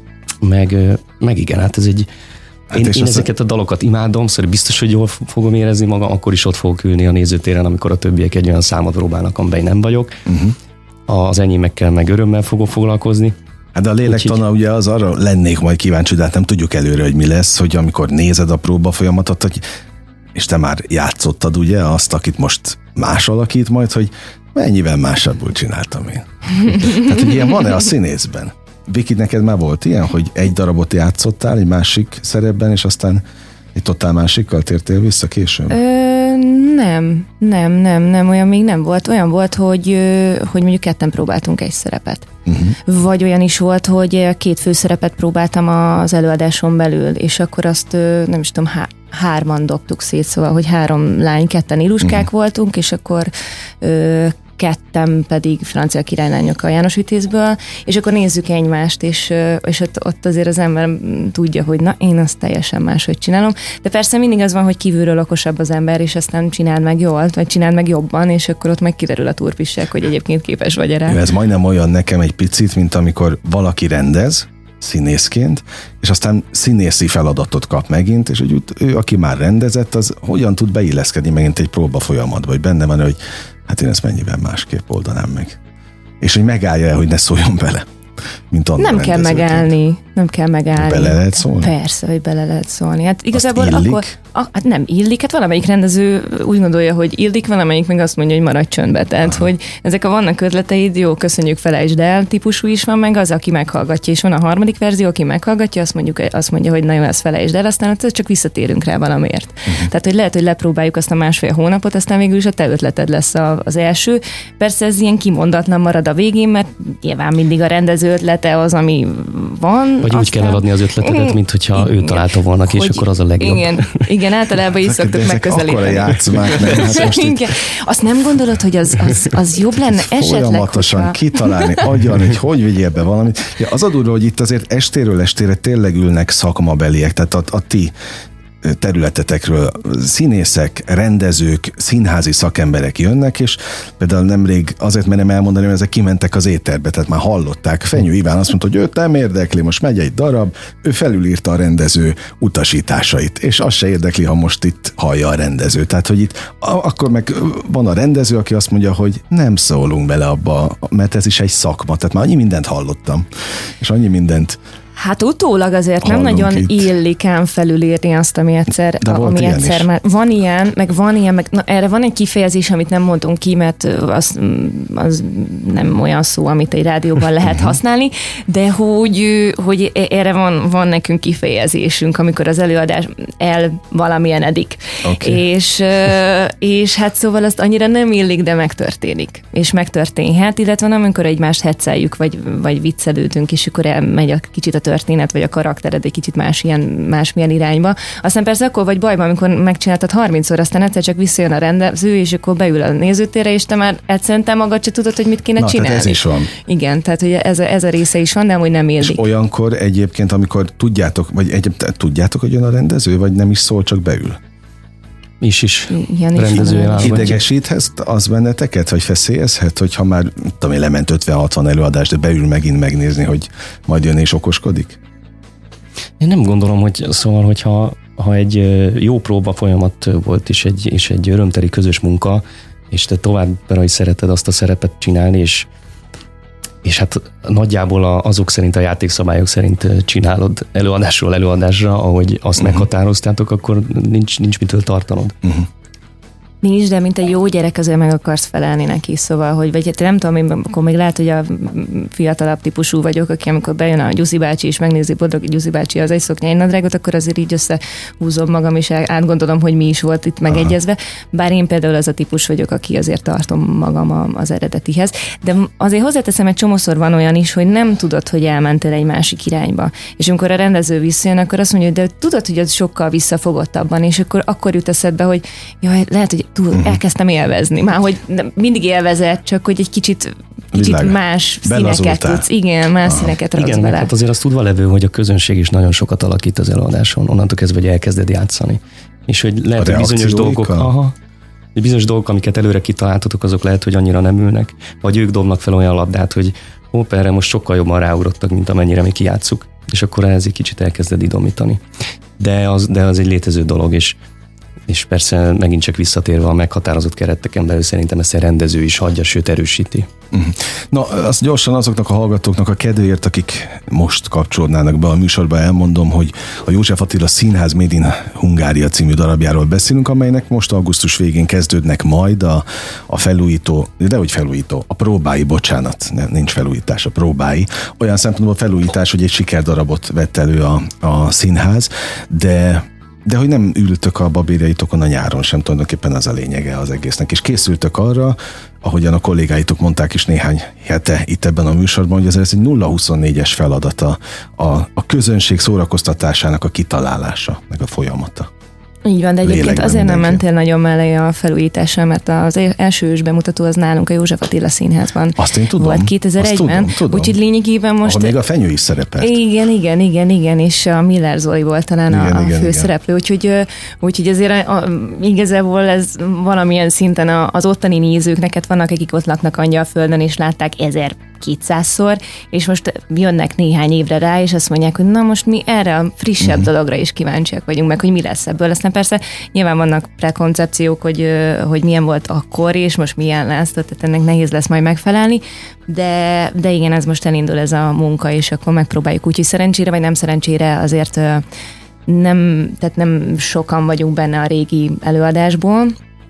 Meg, meg igen, hát ez egy... Hát én, én ezeket a dalokat imádom, szóval biztos, hogy jól fogom érezni magam, akkor is ott fogok ülni a nézőtéren, amikor a többiek egy olyan számot próbálnak, amiben nem vagyok. Uh-huh. Az enyémekkel meg örömmel fogok foglalkozni. Hát de a lélektana ugye az arra lennék majd kíváncsi, de hát nem tudjuk előre, hogy mi lesz, hogy amikor nézed a próba folyamatot, hogy, és te már játszottad ugye azt, akit most más alakít majd, hogy mennyivel másabbul csináltam én. Tehát, hogy ilyen van-e a színészben? Viki, neked már volt ilyen, hogy egy darabot játszottál egy másik szerepben, és aztán egy totál másikkal tértél vissza később? Ö, nem, nem, nem, nem, olyan még nem volt. Olyan volt, hogy, hogy mondjuk ketten próbáltunk egy szerepet. Uh-huh. Vagy olyan is volt, hogy két főszerepet próbáltam az előadáson belül, és akkor azt nem is tudom, há- hárman dobtuk szét, szóval, hogy három lány, ketten iluskák uh-huh. voltunk, és akkor ö, ketten pedig francia királylányok a János Vitézből, és akkor nézzük egymást, és, és ott, ott azért az ember tudja, hogy na, én azt teljesen máshogy csinálom. De persze mindig az van, hogy kívülről okosabb az ember, és aztán csináld meg jól, vagy csináld meg jobban, és akkor ott meg kiderül a turpisság, hogy egyébként képes vagy erre. Ez majdnem olyan nekem egy picit, mint amikor valaki rendez, színészként, és aztán színészi feladatot kap megint, és hogy ő, aki már rendezett, az hogyan tud beilleszkedni megint egy próba folyamatba, hogy benne van, hogy hát én ezt mennyivel másképp oldanám meg. És hogy megállja el, hogy ne szóljon bele. Mint annak nem kell megállni, nem kell megállni. Bele lehet szólni? Persze, hogy bele lehet szólni. Hát igazából akkor, a, hát nem illik, hát valamelyik rendező úgy gondolja, hogy illik, valamelyik meg azt mondja, hogy maradj csöndbe. Tehát, aha. hogy ezek a vannak ötleteid, jó, köszönjük, felejtsd el, típusú is van, meg az, aki meghallgatja, és van a harmadik verzió, aki meghallgatja, azt, mondjuk, azt mondja, hogy nagyon ezt felejtsd el, aztán csak visszatérünk rá valamiért. Uh-huh. Tehát, hogy lehet, hogy lepróbáljuk azt a másfél hónapot, aztán végül is a te ötleted lesz az első. Persze ez ilyen kimondatlan marad a végén, mert nyilván mindig a rendező ötlete az, ami van. Vagy aztán... úgy kell eladni az ötletedet, mint hogyha igen, ő találta volna ki, és akkor az a legjobb. Igen, igen, általában így szoktuk megközelíteni. Akkora játszmák, nem? Hát most itt... Azt nem gondolod, hogy az, az, az jobb lenne esetleg, folyamatosan hogyha... kitalálni, agyalni, hogy hogy vigyél be valamit. Ja, az a durva, hogy itt azért estéről estére tényleg ülnek szakmabeliek, tehát a, a ti területetekről színészek, rendezők, színházi szakemberek jönnek, és például nemrég azért merem elmondani, hogy ezek kimentek az éterbe, tehát már hallották. Fenyő Iván azt mondta, hogy őt nem érdekli, most megy egy darab, ő felülírta a rendező utasításait, és az se érdekli, ha most itt hallja a rendező. Tehát, hogy itt akkor meg van a rendező, aki azt mondja, hogy nem szólunk bele abba, mert ez is egy szakma, tehát már annyi mindent hallottam, és annyi mindent Hát utólag azért Hallunk nem nagyon itt. illik ám felülírni azt, ami egyszer, De volt ami ilyen egyszer is. már van ilyen, meg van ilyen, meg na, erre van egy kifejezés, amit nem mondunk ki, mert az, az nem olyan szó, amit egy rádióban lehet használni, de hogy, hogy erre van, van nekünk kifejezésünk, amikor az előadás el valamilyen edik. Okay. És, és hát szóval azt annyira nem illik, de megtörténik. És megtörténhet, illetve nem, amikor egymást hecceljük, vagy, vagy viccelődünk, és akkor elmegy a kicsit a történet, vagy a karaktered egy kicsit más ilyen, másmilyen irányba. Aztán persze akkor vagy bajban, amikor megcsináltad harmincszor, aztán egyszer csak visszajön a rendező, és akkor beül a nézőtérre, és te már egyszerűen te magad se tudod, hogy mit kéne Na, csinálni. tehát ez is van. Igen, tehát hogy ez a, ez a része is van, de amúgy nem illik. És olyankor egyébként, amikor tudjátok, vagy egyébként tudjátok, hogy jön a rendező, vagy nem is szól, csak beül? Is is. Ilyen is Rendezője van. válogatja. Idegesíthet az benneteket, vagy feszélyezhet, hogyha már, tudom én, lement ötven-hatvan előadás, de beül megint megnézni, hogy majd jön és okoskodik? Én nem gondolom, hogy szóval, hogyha ha egy jó próba folyamat volt, és egy, és egy örömteli közös munka, és te továbbra is szereted azt a szerepet csinálni, és, és hát nagyjából a, azok szerint, a játékszabályok szerint csinálod előadásról előadásra, ahogy azt uh-huh. meghatároztátok, akkor nincs, nincs mitől tartanod. Uh-huh. Nincs, de mint egy jó gyerek azért meg akarsz felelni neki, szóval, hogy vagy hát nem tudom, én akkor még lehet, hogy a fiatalabb típusú vagyok, aki amikor bejön a Gyuszi bácsi és megnézi Bodrogi Gyuszi bácsi az egy szoknyai nadrágot, akkor azért így összehúzom magam, és átgondolom, hogy mi is volt itt megegyezve. Aha. Bár én például az a típus vagyok, aki azért tartom magam az eredetihez. De azért hozzáteszem, egy csomószor van olyan is, hogy nem tudod, hogy elmentél egy másik irányba. És amikor a rendező visszajön, akkor azt mondja, hogy de tudod, hogy az sokkal visszafogottabban, és akkor, akkor jut eszedbe, hogy jaj, lehet, hogy túl, uh-huh. elkezdtem élvezni. Már hogy mindig élvezett, csak hogy egy kicsit, kicsit más színeket tudsz. Igen, más Aha. színeket raksz Igen, bele. hát azért azt tudva levő, hogy a közönség is nagyon sokat alakít az előadáson, onnantól kezdve, hogy elkezded játszani. És hogy lehet, hogy bizonyos dolgok, aha, hogy bizonyos dolgok, amiket előre kitaláltatok, azok lehet, hogy annyira nem ülnek, vagy ők dobnak fel olyan labdát, hogy hopp, erre most sokkal jobban ráugrottak, mint amennyire mi kijátszuk, és akkor ehhez egy kicsit elkezded idomítani. De az, de az egy létező dolog, és És persze megint csak visszatérve a meghatározott kereteken belül szerintem ezt a rendező is hagyja, sőt erősíti. Na, azt gyorsan azoknak a hallgatóknak a kedvéért, akik most kapcsolódnának be a műsorba, elmondom, hogy a József Attila Színház Made in Hungária című darabjáról beszélünk, amelynek most augusztus végén kezdődnek majd a, a felújító, de hogy felújító, a próbái, bocsánat, nem, nincs felújítás, a próbái. Olyan szempontból felújítás, hogy egy sikerdarabot vett elő a, a színház, de De hogy nem ültök a babérjaitokon a nyáron sem, tulajdonképpen az a lényege az egésznek. És készültök arra, ahogyan a kollégáitok mondták is néhány hete itt ebben a műsorban, hogy ez egy nulla huszonnégyes feladata a, a közönség szórakoztatásának a kitalálása, meg a folyamata. Így van, de egyébként Lélekben azért nem mindenki. mentél nagyon mellé a felújításra, mert az első ős bemutató az nálunk a József Attila Színházban Azt én tudom. volt kétezer-egyben, Azt tudom, tudom. úgyhogy lényegében most... Ahol még a Fenyő is szerepelt. Igen, igen, igen, igen, és a Miller Zoli volt talán Igen, a, a igen, főszereplő, úgyhogy, úgyhogy azért a, a, igazából ez valamilyen szinten a, az ottani nézők, neked vannak, akik ott laknak Angyalföldön, és látták ezerkétszázszor, és most jönnek néhány évre rá, és azt mondják, hogy na most mi erre a frissebb uh-huh. dologra is kíváncsiak vagyunk, meg hogy mi lesz ebből. Aztán persze nyilván vannak prekoncepciók, hogy, hogy milyen volt akkor, és most milyen lesz, tehát ennek nehéz lesz majd megfelelni, de, de igen, ez most elindul ez a munka, és akkor megpróbáljuk úgy, hogy szerencsére, vagy nem szerencsére azért nem, tehát nem sokan vagyunk benne a régi előadásból,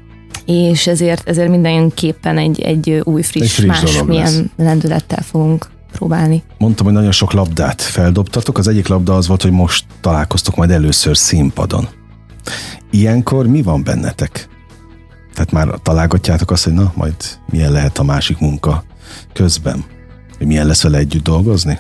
és ezért, ezért mindenképpen egy, egy új, friss, egy friss más milyen lendülettel fogunk próbálni. Mondtam, hogy nagyon sok labdát feldobtatok. Az egyik labda az volt, hogy most találkoztok majd először színpadon. Ilyenkor mi van bennetek? Tehát már találgatjátok azt, hogy na, majd milyen lehet a másik munka közben? Hogy milyen lesz vele együtt dolgozni?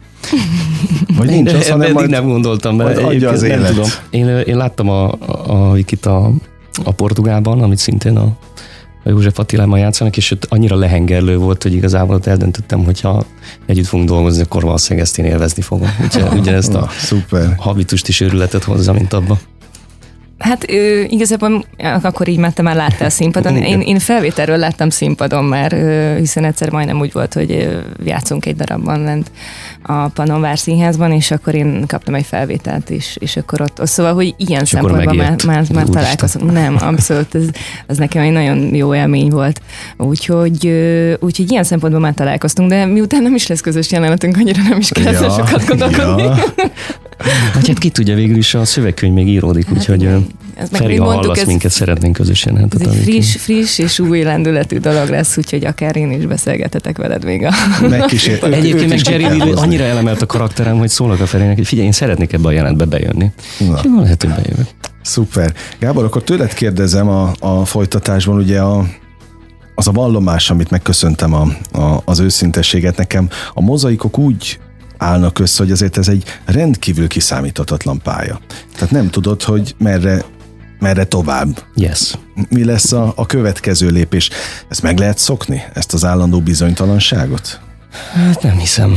Vagy nincs az, hanem majd, nem gondoltam majd bele. adja az élet. Tudom. Én, én láttam a, a, a, itt a, a Portugálban, amit szintén a, a József Attilával játszanak, és ott annyira lehengerlő volt, hogy igazából ott eldöntöttem, hogyha együtt fogunk dolgozni, akkor valószínűleg ezt én élvezni fogom. Úgyhogy ugyanezt a szuper. habitust is őrületet hozza, mint abba. Hát ő, igazából akkor így mentem, már látta a színpadon. Én, én felvételről láttam színpadon már, hiszen egyszer majdnem úgy volt, hogy játszunk egy darabban lent a Pannonvár Színházban, és akkor én kaptam egy felvételt is, és akkor ott, szóval, hogy ilyen és szempontban már, már, már találkozunk. Nem, abszolút, ez, ez nekem egy nagyon jó élmény volt. Úgyhogy, úgyhogy ilyen szempontból már találkoztunk, de miután nem is lesz közös jelenetünk, annyira nem is kell ja, sokat gondolkodni. Ja. Hát, hát ki tudja, végül is a szövegkönyv még íródik, hát úgyhogy Feri, ha hallasz ez, minket, szeretnénk közös jelenetet. Ez egy friss, friss és új lendületű dolog lesz, úgyhogy akár én is beszélgethetek veled még a... Egyébként meg Jerry annyira elemelt a karakterem, hogy szólok a Ferinek, hogy figyelj, én szeretnék ebbe a jelenetbe bejönni. Na. És van lehet, hogy bejövök. Szuper. Gábor, akkor tőled kérdezem a, a folytatásban, ugye a az a vallomás, amit megköszöntem a, a, az őszintességet, nekem a mozaikok úgy állnak össze, hogy azért ez egy rendkívül kiszámíthatatlan pálya. Tehát nem tudod, hogy merre, merre tovább. Yes. Mi lesz a, a következő lépés? Ezt meg lehet szokni? Ezt az állandó bizonytalanságot? Hát nem hiszem.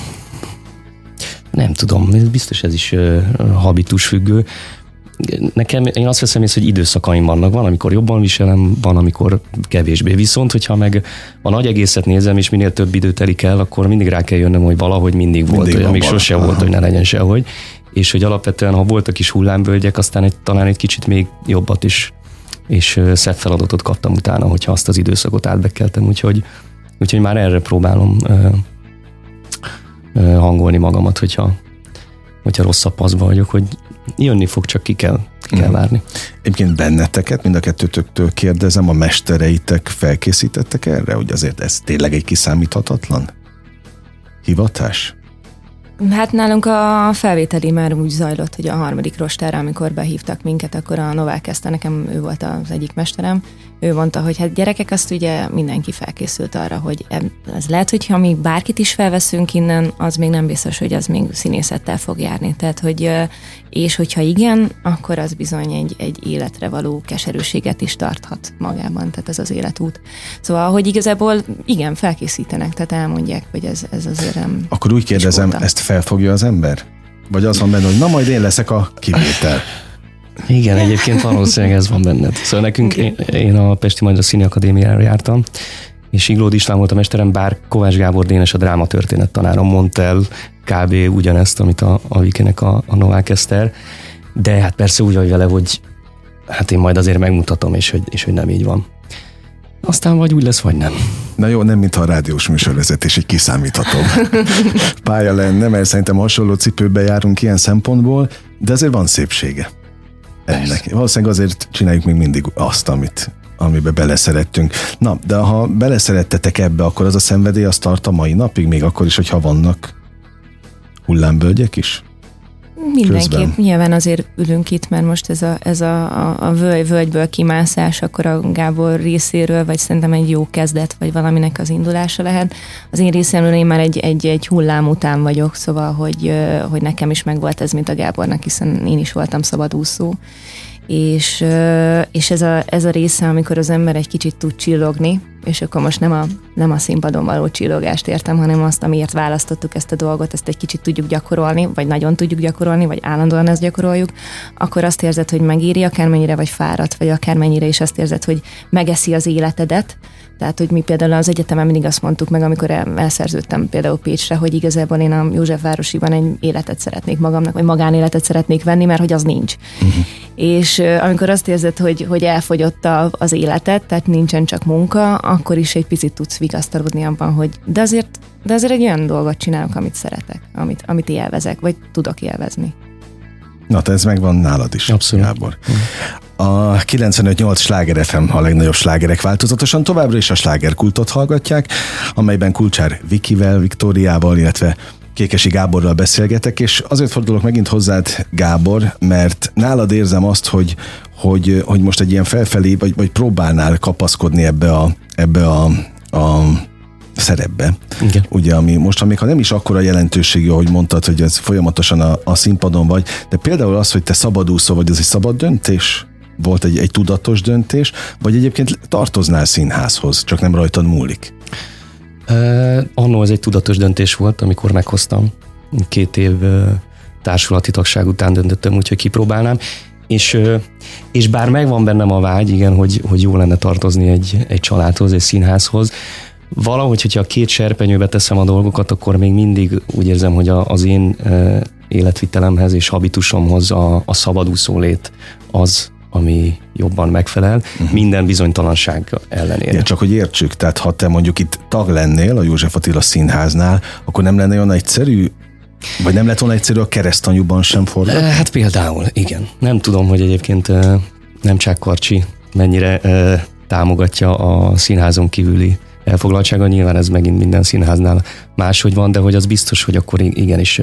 Nem tudom, biztos ez is uh, habitus függő. Nekem, én azt veszem észre, hogy időszakaim vannak. Van, amikor jobban viselem, van, amikor kevésbé. Viszont, hogyha meg a nagy egészet nézem, és minél több idő telik el, akkor mindig rá kell jönnöm, hogy valahogy mindig volt, mindig olyan, még sose volt, hogy ne legyen sehogy. És hogy alapvetően, ha voltak is hullámvölgyek, aztán egy, talán egy kicsit még jobbat is, és szebb feladatot kaptam utána, hogyha azt az időszakot átbekeltem. Úgyhogy, úgyhogy már erre próbálom uh, uh, hangolni magamat, hogyha, hogyha rosszabb paszba vagyok, hogy jönni fog, csak ki kell, ki kell várni. Egyébként benneteket, mind a kettőtöktől kérdezem, a mestereitek felkészítettek erre, hogy azért ez tényleg egy kiszámíthatatlan hivatás? Hát nálunk a felvételi már úgy zajlott, hogy a harmadik rostára, amikor behívtak minket, akkor a Novák Eszter, nekem ő volt az egyik mesterem, ő mondta, hogy hát gyerekek, azt ugye mindenki felkészült arra, hogy ez lehet, hogyha mi bárkit is felveszünk innen, az még nem biztos, hogy az még színészettel fog járni. Tehát, hogy, és hogyha igen, akkor az bizony egy, egy életre való keserűséget is tarthat magában, tehát ez az életút. Szóval, hogy igazából igen, felkészítenek, tehát elmondják, hogy ez, ez azért nem... Akkor úgy kérdezem, ezt felfogja az ember? Vagy az van benne, hogy na majd én leszek a kivétel? Igen, egyébként valószínűleg ez van benned. Szóval nekünk, én, én a Pesti Magyar Színi Akadémiára jártam, és Iglódi István volt a mesterem, bár Kovács Gábor Dénes a drámatörténet tanárom mondta el kb. Ugyanezt, amit a, a Vikinek a, a Novák Eszter, de hát persze úgy vagy vele, hogy hát én majd azért megmutatom, és hogy, és hogy nem így van. Aztán vagy úgy lesz, vagy nem. Na jó, nem mintha a rádiós műsorvezetés egy kiszámíthatóbb pálya lenne, mert szerintem hasonló cipőbe járunk ilyen szempontból, de azért van szépsége ennek. Valószínűleg azért csináljuk még mindig azt, amit, amibe beleszerettünk. Na, de ha beleszerettetek ebbe, akkor az a szenvedély az tart a mai napig, még akkor is, hogyha vannak hullámvölgyek is? Mindenképp, nyilván azért ülünk itt, mert most ez a, ez a, a, a völgy, völgyből kimászás, akkor a Gábor részéről, vagy szerintem egy jó kezdet, vagy valaminek az indulása lehet. Az én részemről én már egy, egy, egy hullám után vagyok, szóval, hogy, hogy nekem is megvolt ez, mint a Gábornak, hiszen én is voltam szabadúszó. És, és ez, a, ez a része, amikor az ember egy kicsit tud csillogni, és akkor most nem a, nem a színpadon való csillogást értem, hanem azt, amiért választottuk ezt a dolgot, ezt egy kicsit tudjuk gyakorolni, vagy nagyon tudjuk gyakorolni, vagy állandóan ezt gyakoroljuk, akkor azt érzed, hogy megéri, akármennyire vagy fáradt, vagy akármennyire is azt érzed, hogy megeszi az életedet. Tehát, hogy mi például az egyetemen mindig azt mondtuk meg, amikor elszerződtem például Pécsre, hogy igazából én a Józsefvárosiban egy életet szeretnék magamnak, vagy magánéletet szeretnék venni, mert hogy az nincs. Uh-huh. És amikor azt érzed, hogy, hogy elfogyott a, az életet, tehát nincsen csak munka, akkor is egy picit tudsz vigasztalodni abban, hogy de azért, de azért egy olyan dolgot csinálok, amit szeretek, amit, amit élvezek, vagy tudok élvezni. Na, te ez megvan nálad is, abszolút. Gábor. A kilencvenöt nyolc Sláger ef em a legnagyobb slágerek változatosan továbbra is a slágerkultot hallgatják, amelyben Kulcsár Vikivel, Viktóriával, illetve Kékesi Gáborral beszélgetek, és azért fordulok megint hozzád, Gábor, mert nálad érzem azt, hogy, hogy, hogy most egy ilyen felfelé, vagy, vagy próbálnál kapaszkodni ebbe a, ebbe a, a szerepbe. Igen. Ugye, ami most, még ha nem is akkora jelentőségű, ahogy mondtad, hogy ez folyamatosan a, a színpadon vagy, de például az, hogy te szabadúszó vagy, az egy szabad döntés? Volt egy, egy tudatos döntés, vagy egyébként tartoznál színházhoz, csak nem rajtad múlik? Uh, annó ez egy tudatos döntés volt, amikor meghoztam. Két év uh, társulati tagság után döntöttem úgy, hogy kipróbálnám. És, és bár megvan bennem a vágy, igen, hogy, hogy jó lenne tartozni egy, egy családhoz, egy színházhoz, valahogy, hogyha a két serpenyőbe teszem a dolgokat, akkor még mindig úgy érzem, hogy a, az én életvitelemhez és habitusomhoz a, a szabadúszó lét az, ami jobban megfelel, uh-huh. minden bizonytalanság ellenére. Ja, csak hogy értsük, tehát ha te mondjuk itt tag lennél a József Attila Színháznál, akkor nem lenne olyan egyszerű, vagy nem lett volna egyszerű a Keresztanyúban sem forgatni? Hát például, igen. Nem tudom, hogy egyébként Nemcsák Karcsi mennyire támogatja a színházon kívüli elfoglaltsága. Nyilván ez megint minden színháznál máshogy van, de hogy az biztos, hogy akkor igenis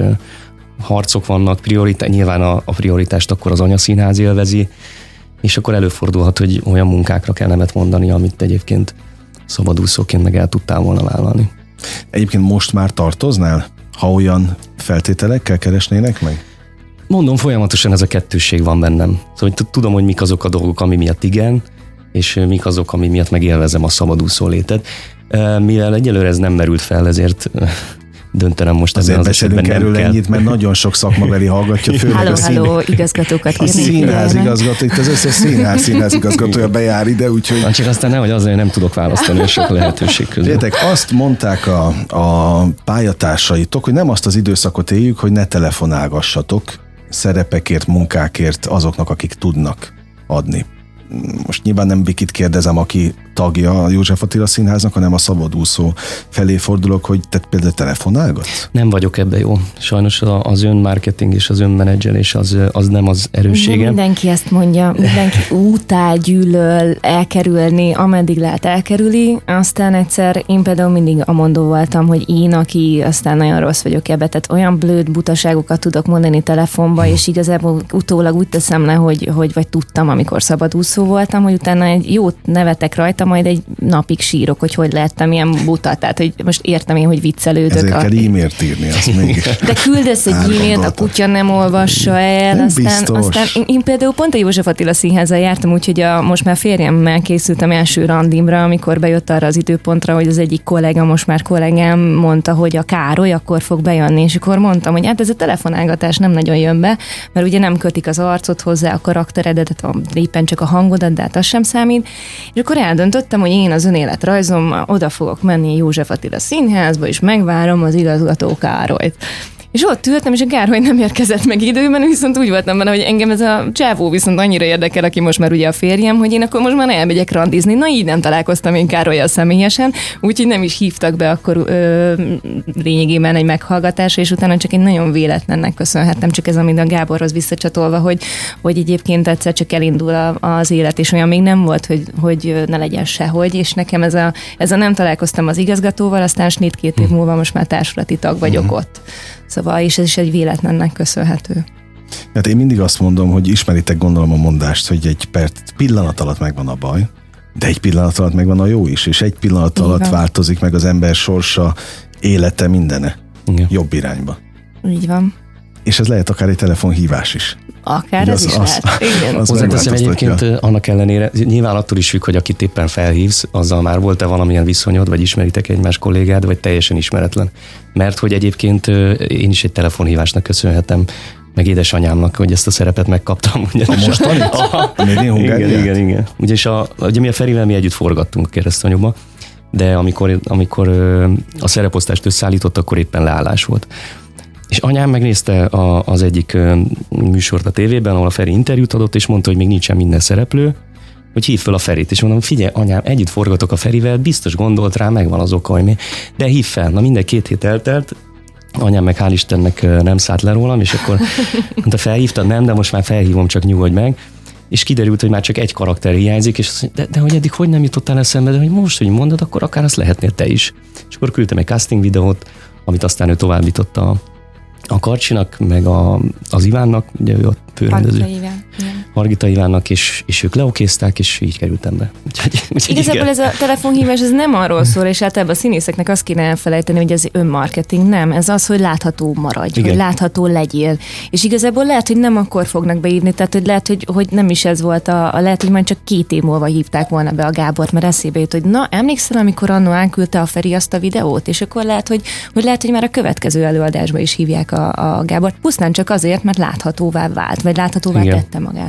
harcok vannak, prioritás, nyilván a, a prioritást akkor az anyaszínház élvezi, és akkor előfordulhat, hogy olyan munkákra kell nemet mondani, amit egyébként szabadúszóként meg el tudtál volna vállalni. Egyébként most már tartoznál, ha olyan feltételekkel keresnének meg? Mondom, folyamatosan ez a kettősség van bennem. Szóval tudom, hogy mik azok a dolgok, ami miatt igen, és mik azok, ami miatt megélvezem a szabadúszó létet. Mivel egyelőre ez nem merült fel, ezért döntenem most azért az beszélünk erről ennyit, mert nagyon sok szakmabeli hallgatja, főleg halló, a szín... halló, igazgatókat a színház igazgató, itt az összes színház, színház igazgatója bejár ide, úgyhogy... Na, csak aztán nehogy azért nem tudok választani a sok lehetőség közül. Értek, azt mondták a, a pályatársaitok, hogy nem azt az időszakot éljük, hogy ne telefonálgassatok szerepekért, munkákért azoknak, akik tudnak adni. Most nyilván nem Vikit kérdezem, aki tagja a József Attila Színháznak, hanem a szabadúszó felé fordulok, hogy te például telefonálgatsz? Nem vagyok ebbe jó. Sajnos az önmarketing és az önmenedzselés az, az nem az erősségem. Mindenki ezt mondja, mindenki utál, gyűlöl, elkerülni, ameddig lehet elkerüli, aztán egyszer én például mindig a mondó voltam, hogy én, aki aztán nagyon rossz vagyok ebbe, tehát olyan blőd butaságokat tudok mondani telefonba, és igazából utólag úgy teszem le, hogy, hogy vagy tudtam, amikor szabadúszó voltam, hogy utána egy jót nevetek rajta, majd egy napig sírok, hogy hogy lehettem ilyen buta, tehát hogy most értem én, hogy viccelődök. Ezért a... kell e-mailt írni, azt mégis. De küldesz egy e-mailt, a kutya nem olvassa el, nem aztán, aztán én, én például pont a József Attila Színházzal jártam, úgyhogy a, most már férjemmel készültem első randimra, amikor bejött arra az időpontra, hogy az egyik kollega, most már kollégám mondta, hogy a Károly akkor fog bejönni, és akkor mondtam, hogy hát ez a telefonálgatás nem nagyon jön be, mert ugye nem kötik az arcot hozzá, a karakteredet, éppen csak a hangodat, de hát az sem számít. És akkor eldöntöttem, hogy én az önéletrajzom, oda fogok menni József Attila Színházba, és megvárom az igazgató Károlyt. És ott ültem, és a Károly nem érkezett meg időben, viszont úgy voltam benne, hogy engem ez a csávó viszont annyira érdekel, aki most már ugye a férjem, hogy én akkor most már elmegyek randizni. Na így nem találkoztam én Károllyal személyesen, úgyhogy nem is hívtak be akkor ö, lényegében egy meghallgatásra, és utána csak egy nagyon véletlennek köszönhettem, csak ez, amit a Gáborhoz visszacsatolva, hogy, hogy egyébként egyszer csak elindul a, az élet, és olyan még nem volt, hogy, hogy ne legyen sehogy, és nekem ez a, ez a nem találkoztam az igazgatóval, aztán snit két év múlva most már társulati tag vagyok mm. ott. Szóval, és ez is egy véletlennek köszönhető. Hát én mindig azt mondom, hogy ismeritek gondolom a mondást, hogy egy perc, pillanat alatt megvan a baj, de egy pillanat alatt megvan a jó is, és egy pillanat Így alatt van. változik meg az ember sorsa, élete, mindene. Igen. Jobb irányba. Így van. És ez lehet akár egy telefonhívás is. Akár ez is lehet. Igen. Az Hozzáteszem megváltoztatja. egyébként annak ellenére, nyilván attól is függ, hogy akit éppen felhívsz, azzal már volt-e valamilyen viszonyod, vagy ismeritek egymás kollégád, vagy teljesen ismeretlen. Mert hogy egyébként én is egy telefonhívásnak köszönhetem, meg édesanyámnak, hogy ezt a szerepet megkaptam. A mostanit? A Made in Hungáriát? Igen, igen, igen. Ugyanis a, ugye mi a Ferivel mi együtt forgattunk a Keresztanyúba, de amikor, amikor a szereposztást összeállított, akkor éppen leállás volt. És anyám megnézte a, az egyik műsort a tévében, ahol a Feri interjút adott, és mondta, hogy még nincsen minden szereplő, hogy hív fel a Ferit. És mondom, figyelj, anyám, együtt forgatok a Ferivel, biztos gondolt rá, megvan az oka, hogy mi. De hív fel. Na minden két hét eltelt, anyám meg hál' Istennek nem szállt le rólam, és akkor mondta, felhívtad, nem, de most már felhívom, csak nyugodj meg. És kiderült, hogy már csak egy karakter hiányzik, és azt mondja, de, de hogy eddig hogy nem jutottál eszembe, de hogy most, hogy mondod, akkor akár azt lehetnél te is. És akkor küldtem egy casting videót, amit aztán ő továbbította a a Karcsinak, meg a, az Ivánnak, ugye ő a főrendező. Hargita Iván. Hargita Ivánnak, és, és ők leokézták, és így kerültem be. Úgyhogy, úgyhogy Igazából ez a telefonhívás, ez nem arról szól, és általában a színészeknek azt kéne elfelejteni, hogy ez önmarketing, nem. Ez az, hogy látható maradj, igen. Hogy látható legyél. És igazából lehet, hogy nem akkor fognak beírni, tehát hogy lehet, hogy, hogy nem is ez volt a, a lehet, hogy majd csak két év múlva hívták volna be a Gábort, mert eszébe jut, hogy na, emlékszel, amikor annó átküldte a Feri azt a videót, és akkor lehet, hogy, hogy lehet, hogy már a következő előadásba is hívják a, a Gábort, pusztán csak azért, mert láthatóvá vált, vagy láthatóvá igen. tette magát.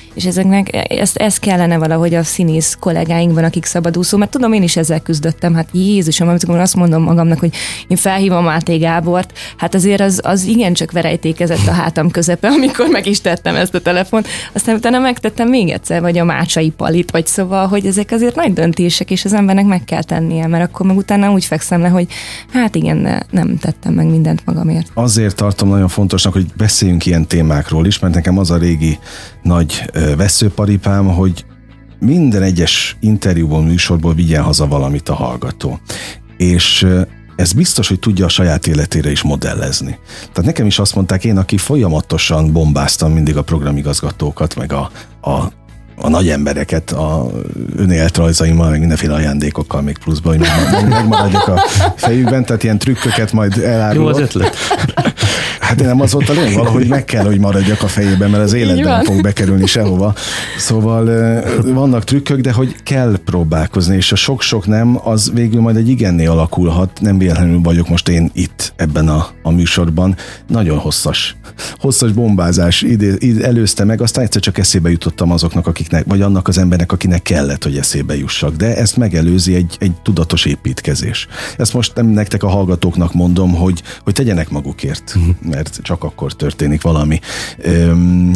És ezeknek, ezt, ezt kellene valahogy a színész kollégáinkban, akik szabadúszó, mert tudom, én is ezzel küzdöttem, hát Jézusom, amikor azt mondom magamnak, hogy én felhívom Máté Gábort, hát azért az, az igencsak verejtékezett a hátam közepe, amikor meg is tettem ezt a telefont, aztán utána megtettem még egyszer, vagy a Mácsai Palit, vagy szóval, hogy ezek azért nagy döntések, és az embernek meg kell tennie, mert akkor meg utána úgy fekszem le, hogy hát igen, ne, nem tettem meg mindent magamért. Azért tartom nagyon fontosnak, hogy beszéljünk ilyen témákról is, mert nekem az a régi nagy veszőparipám, hogy minden egyes interjúból, műsorból vigyen haza valamit a hallgató. És ez biztos, hogy tudja a saját életére is modellezni. Tehát nekem is azt mondták, én, aki folyamatosan bombáztam mindig a programigazgatókat, meg a, a a nagy embereket a önéletrajzaimmal, meg mindenféle ajándékokkal még pluszban, hogy megmaradjak a fejükben, tehát ilyen trükköket majd elárulok. Jó az ötlet. Hát nem az volt a lényeg, valahogy meg kell, hogy maradjak a fejében, mert az életben nem fog bekerülni sehova. Szóval vannak trükkök, de hogy kell próbálkozni, és a sok-sok nem, az végül majd egy igenné alakulhat. Nem véletlenül vagyok most én itt ebben a, a műsorban. Nagyon hosszas, hosszas bombázás ide, ide előzte meg, aztán egyszer csak eszébe jutottam azoknak, akiknek, vagy annak az embernek, akinek kellett, hogy eszébe jussak. De ezt megelőzi egy, egy tudatos építkezés. Ezt most nem nektek a hallgatóknak mondom, hogy, hogy tegyenek magukért, mert csak akkor történik valami. Öm,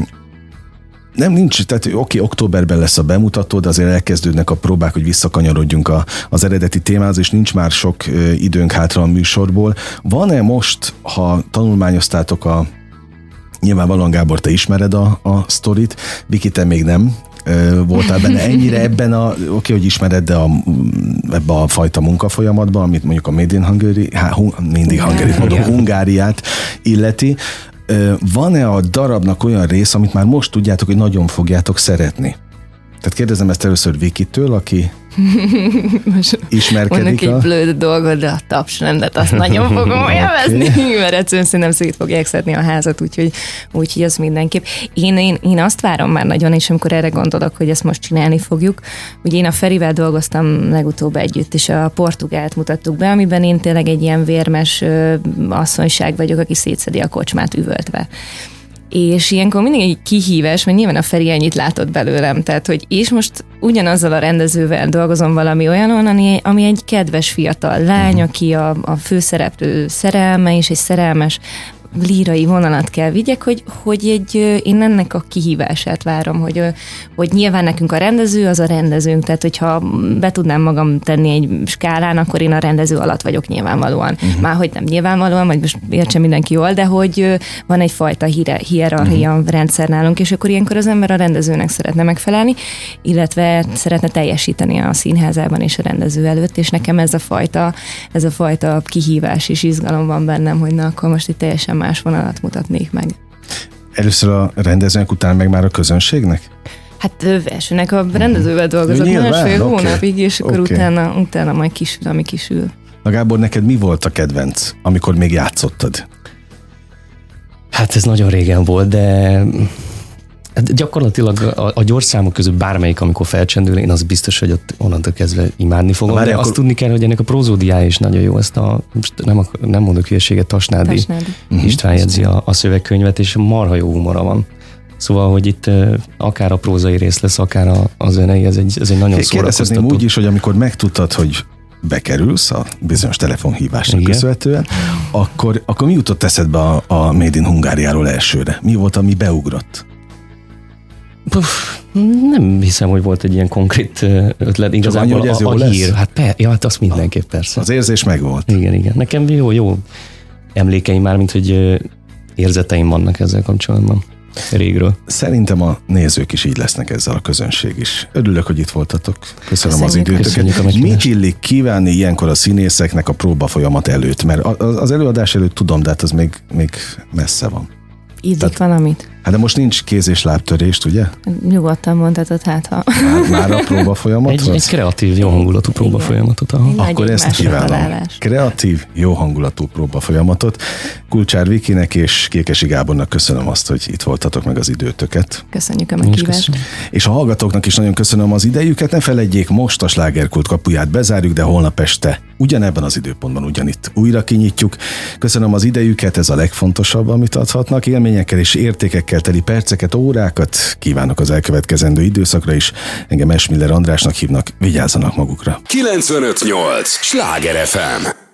nem nincs, tehát oké, okay, októberben lesz a bemutató, de azért elkezdődnek a próbák, hogy visszakanyarodjunk a, az eredeti témához, és nincs már sok ö, időnk hátra a műsorból. Van-e most, ha tanulmányoztátok a nyilvánvalóan Gábor, te ismered a, a sztorit, Viki, te még nem voltál benne ennyire ebben a, oké, okay, hogy ismered, de a, ebben a fajta munkafolyamatban, amit mondjuk a Made in Hungary, há, hun, mindig Hungary, mondom, Hungáriát illeti. Van-e a darabnak olyan rész, amit már most tudjátok, hogy nagyon fogjátok szeretni? Tehát kérdezem ezt először Vikitől, aki ismerkedik. Mondok a... egy blöd dolgot, de a tapsrendet azt nagyon fogom élvezni, okay. Mert egyszerűen szerintem szét fogják szedni a házat, úgyhogy, úgyhogy az mindenképp. Én, én, én azt várom már nagyon, és amikor erre gondolok, hogy ezt most csinálni fogjuk, ugye én a Ferivel dolgoztam legutóbb együtt, és a Portugált mutattuk be, amiben én tényleg egy ilyen vérmes ö, asszonyság vagyok, aki szétszedi a kocsmát üvöltve. És ilyenkor mindig egy kihívás, mert nyilván a Feri ennyit látott belőlem, tehát hogy és most ugyanazzal a rendezővel dolgozom valami olyan, ami, ami egy kedves fiatal lány, aki a, a főszereplő szerelme, és egy szerelmes lírai vonalat kell vigyek, hogy, hogy egy, én ennek a kihívását várom, hogy, hogy nyilván nekünk a rendező az a rendezőnk, tehát hogyha be tudnám magam tenni egy skálán, akkor én a rendező alatt vagyok nyilvánvalóan. Uh-huh. Már hogy nem nyilvánvalóan, vagy most értsen mindenki jól, de hogy van egyfajta hierarchia uh-huh. rendszer nálunk, és akkor ilyenkor az ember a rendezőnek szeretne megfelelni, illetve szeretne teljesíteni a színházában és a rendező előtt, és nekem ez a fajta, ez a fajta kihívás és izgalom van bennem, hogy na, akkor most itt teljesen más vonalat mutatnék meg. Először a rendezőnek, utána meg már a közönségnek? Hát elsőnek a rendezővel dolgozott másfél okay. hónapig, és akkor okay. utána, utána majd kisül, ami kisül. Na Gábor, neked mi volt a kedvenc, amikor még játszottad? Hát ez nagyon régen volt, de gyakorlatilag a, a gyors számok közül bármelyik, amikor felcsendül, én az biztos, hogy ott onnantól kezdve imádni fogom. Várj, de akkor... azt tudni kell, hogy ennek a prózódiája is nagyon jó. Ezt a, nem, akar, nem mondok hülyeséget, Tasnádi, Tasnádi. István jegyzi a, a szövegkönyvet, és marha jó humora van. Szóval, hogy itt akár a prózai rész lesz, akár a, a zenei, ez egy, ez egy nagyon szórakoztató. Kérdezhetném úgy is, hogy amikor megtudtad, hogy bekerülsz a bizonyos telefonhívásnak igen. köszönhetően, akkor, akkor mi jutott eszedbe a, a Made in Hungáriáról elsőre? Mi volt, ami beugrott? Puff, nem hiszem, hogy volt egy ilyen konkrét ötlet. Igazából annyi, a, a hír. Hát, per, ja, hát az mindenképp persze. Az érzés megvolt. Igen, igen. Nekem jó, jó emlékeim már, mint hogy érzeteim vannak ezzel kapcsolatban. Régről. Szerintem a nézők is így lesznek ezzel, a közönség is. Örülök, hogy itt voltatok. Köszönöm Köszönjük. az időtöket. Mit illik kívánni ilyenkor a színészeknek a próba folyamat előtt? Mert az előadás előtt tudom, de hát az még, még messze van. Illik valamit? Hát de most nincs kéz- és lábtörést, ugye? Nyugodtan mondhatod, hát ha. Már, már a próba folyamathoz? Egy, egy kreatív, jó hangulatú próba folyamatot. Akkor ezt kívánom. Kreatív, jó hangulatú próba folyamatot. Kulcsár Vikinek és Kékesi Gábornak köszönöm azt, hogy itt voltatok, meg az időtöket. Köszönjük a meghívást. És a hallgatóknak is nagyon köszönöm az idejüket. Ne feledjék, most a Slágerkult kapuját bezárjuk, de holnap este ugyanebben az időpontban ugyanitt újra kinyitjuk. Köszönöm az idejüket, ez a legfontosabb, amit adhatnak. Élményekkel és értékekkel értékekkel teli perceket, órákat kívánok az elkövetkezendő időszakra is. Engem Esmiller Andrásnak hívnak, vigyázzanak magukra. kilencvenöt nyolc Sláger ef em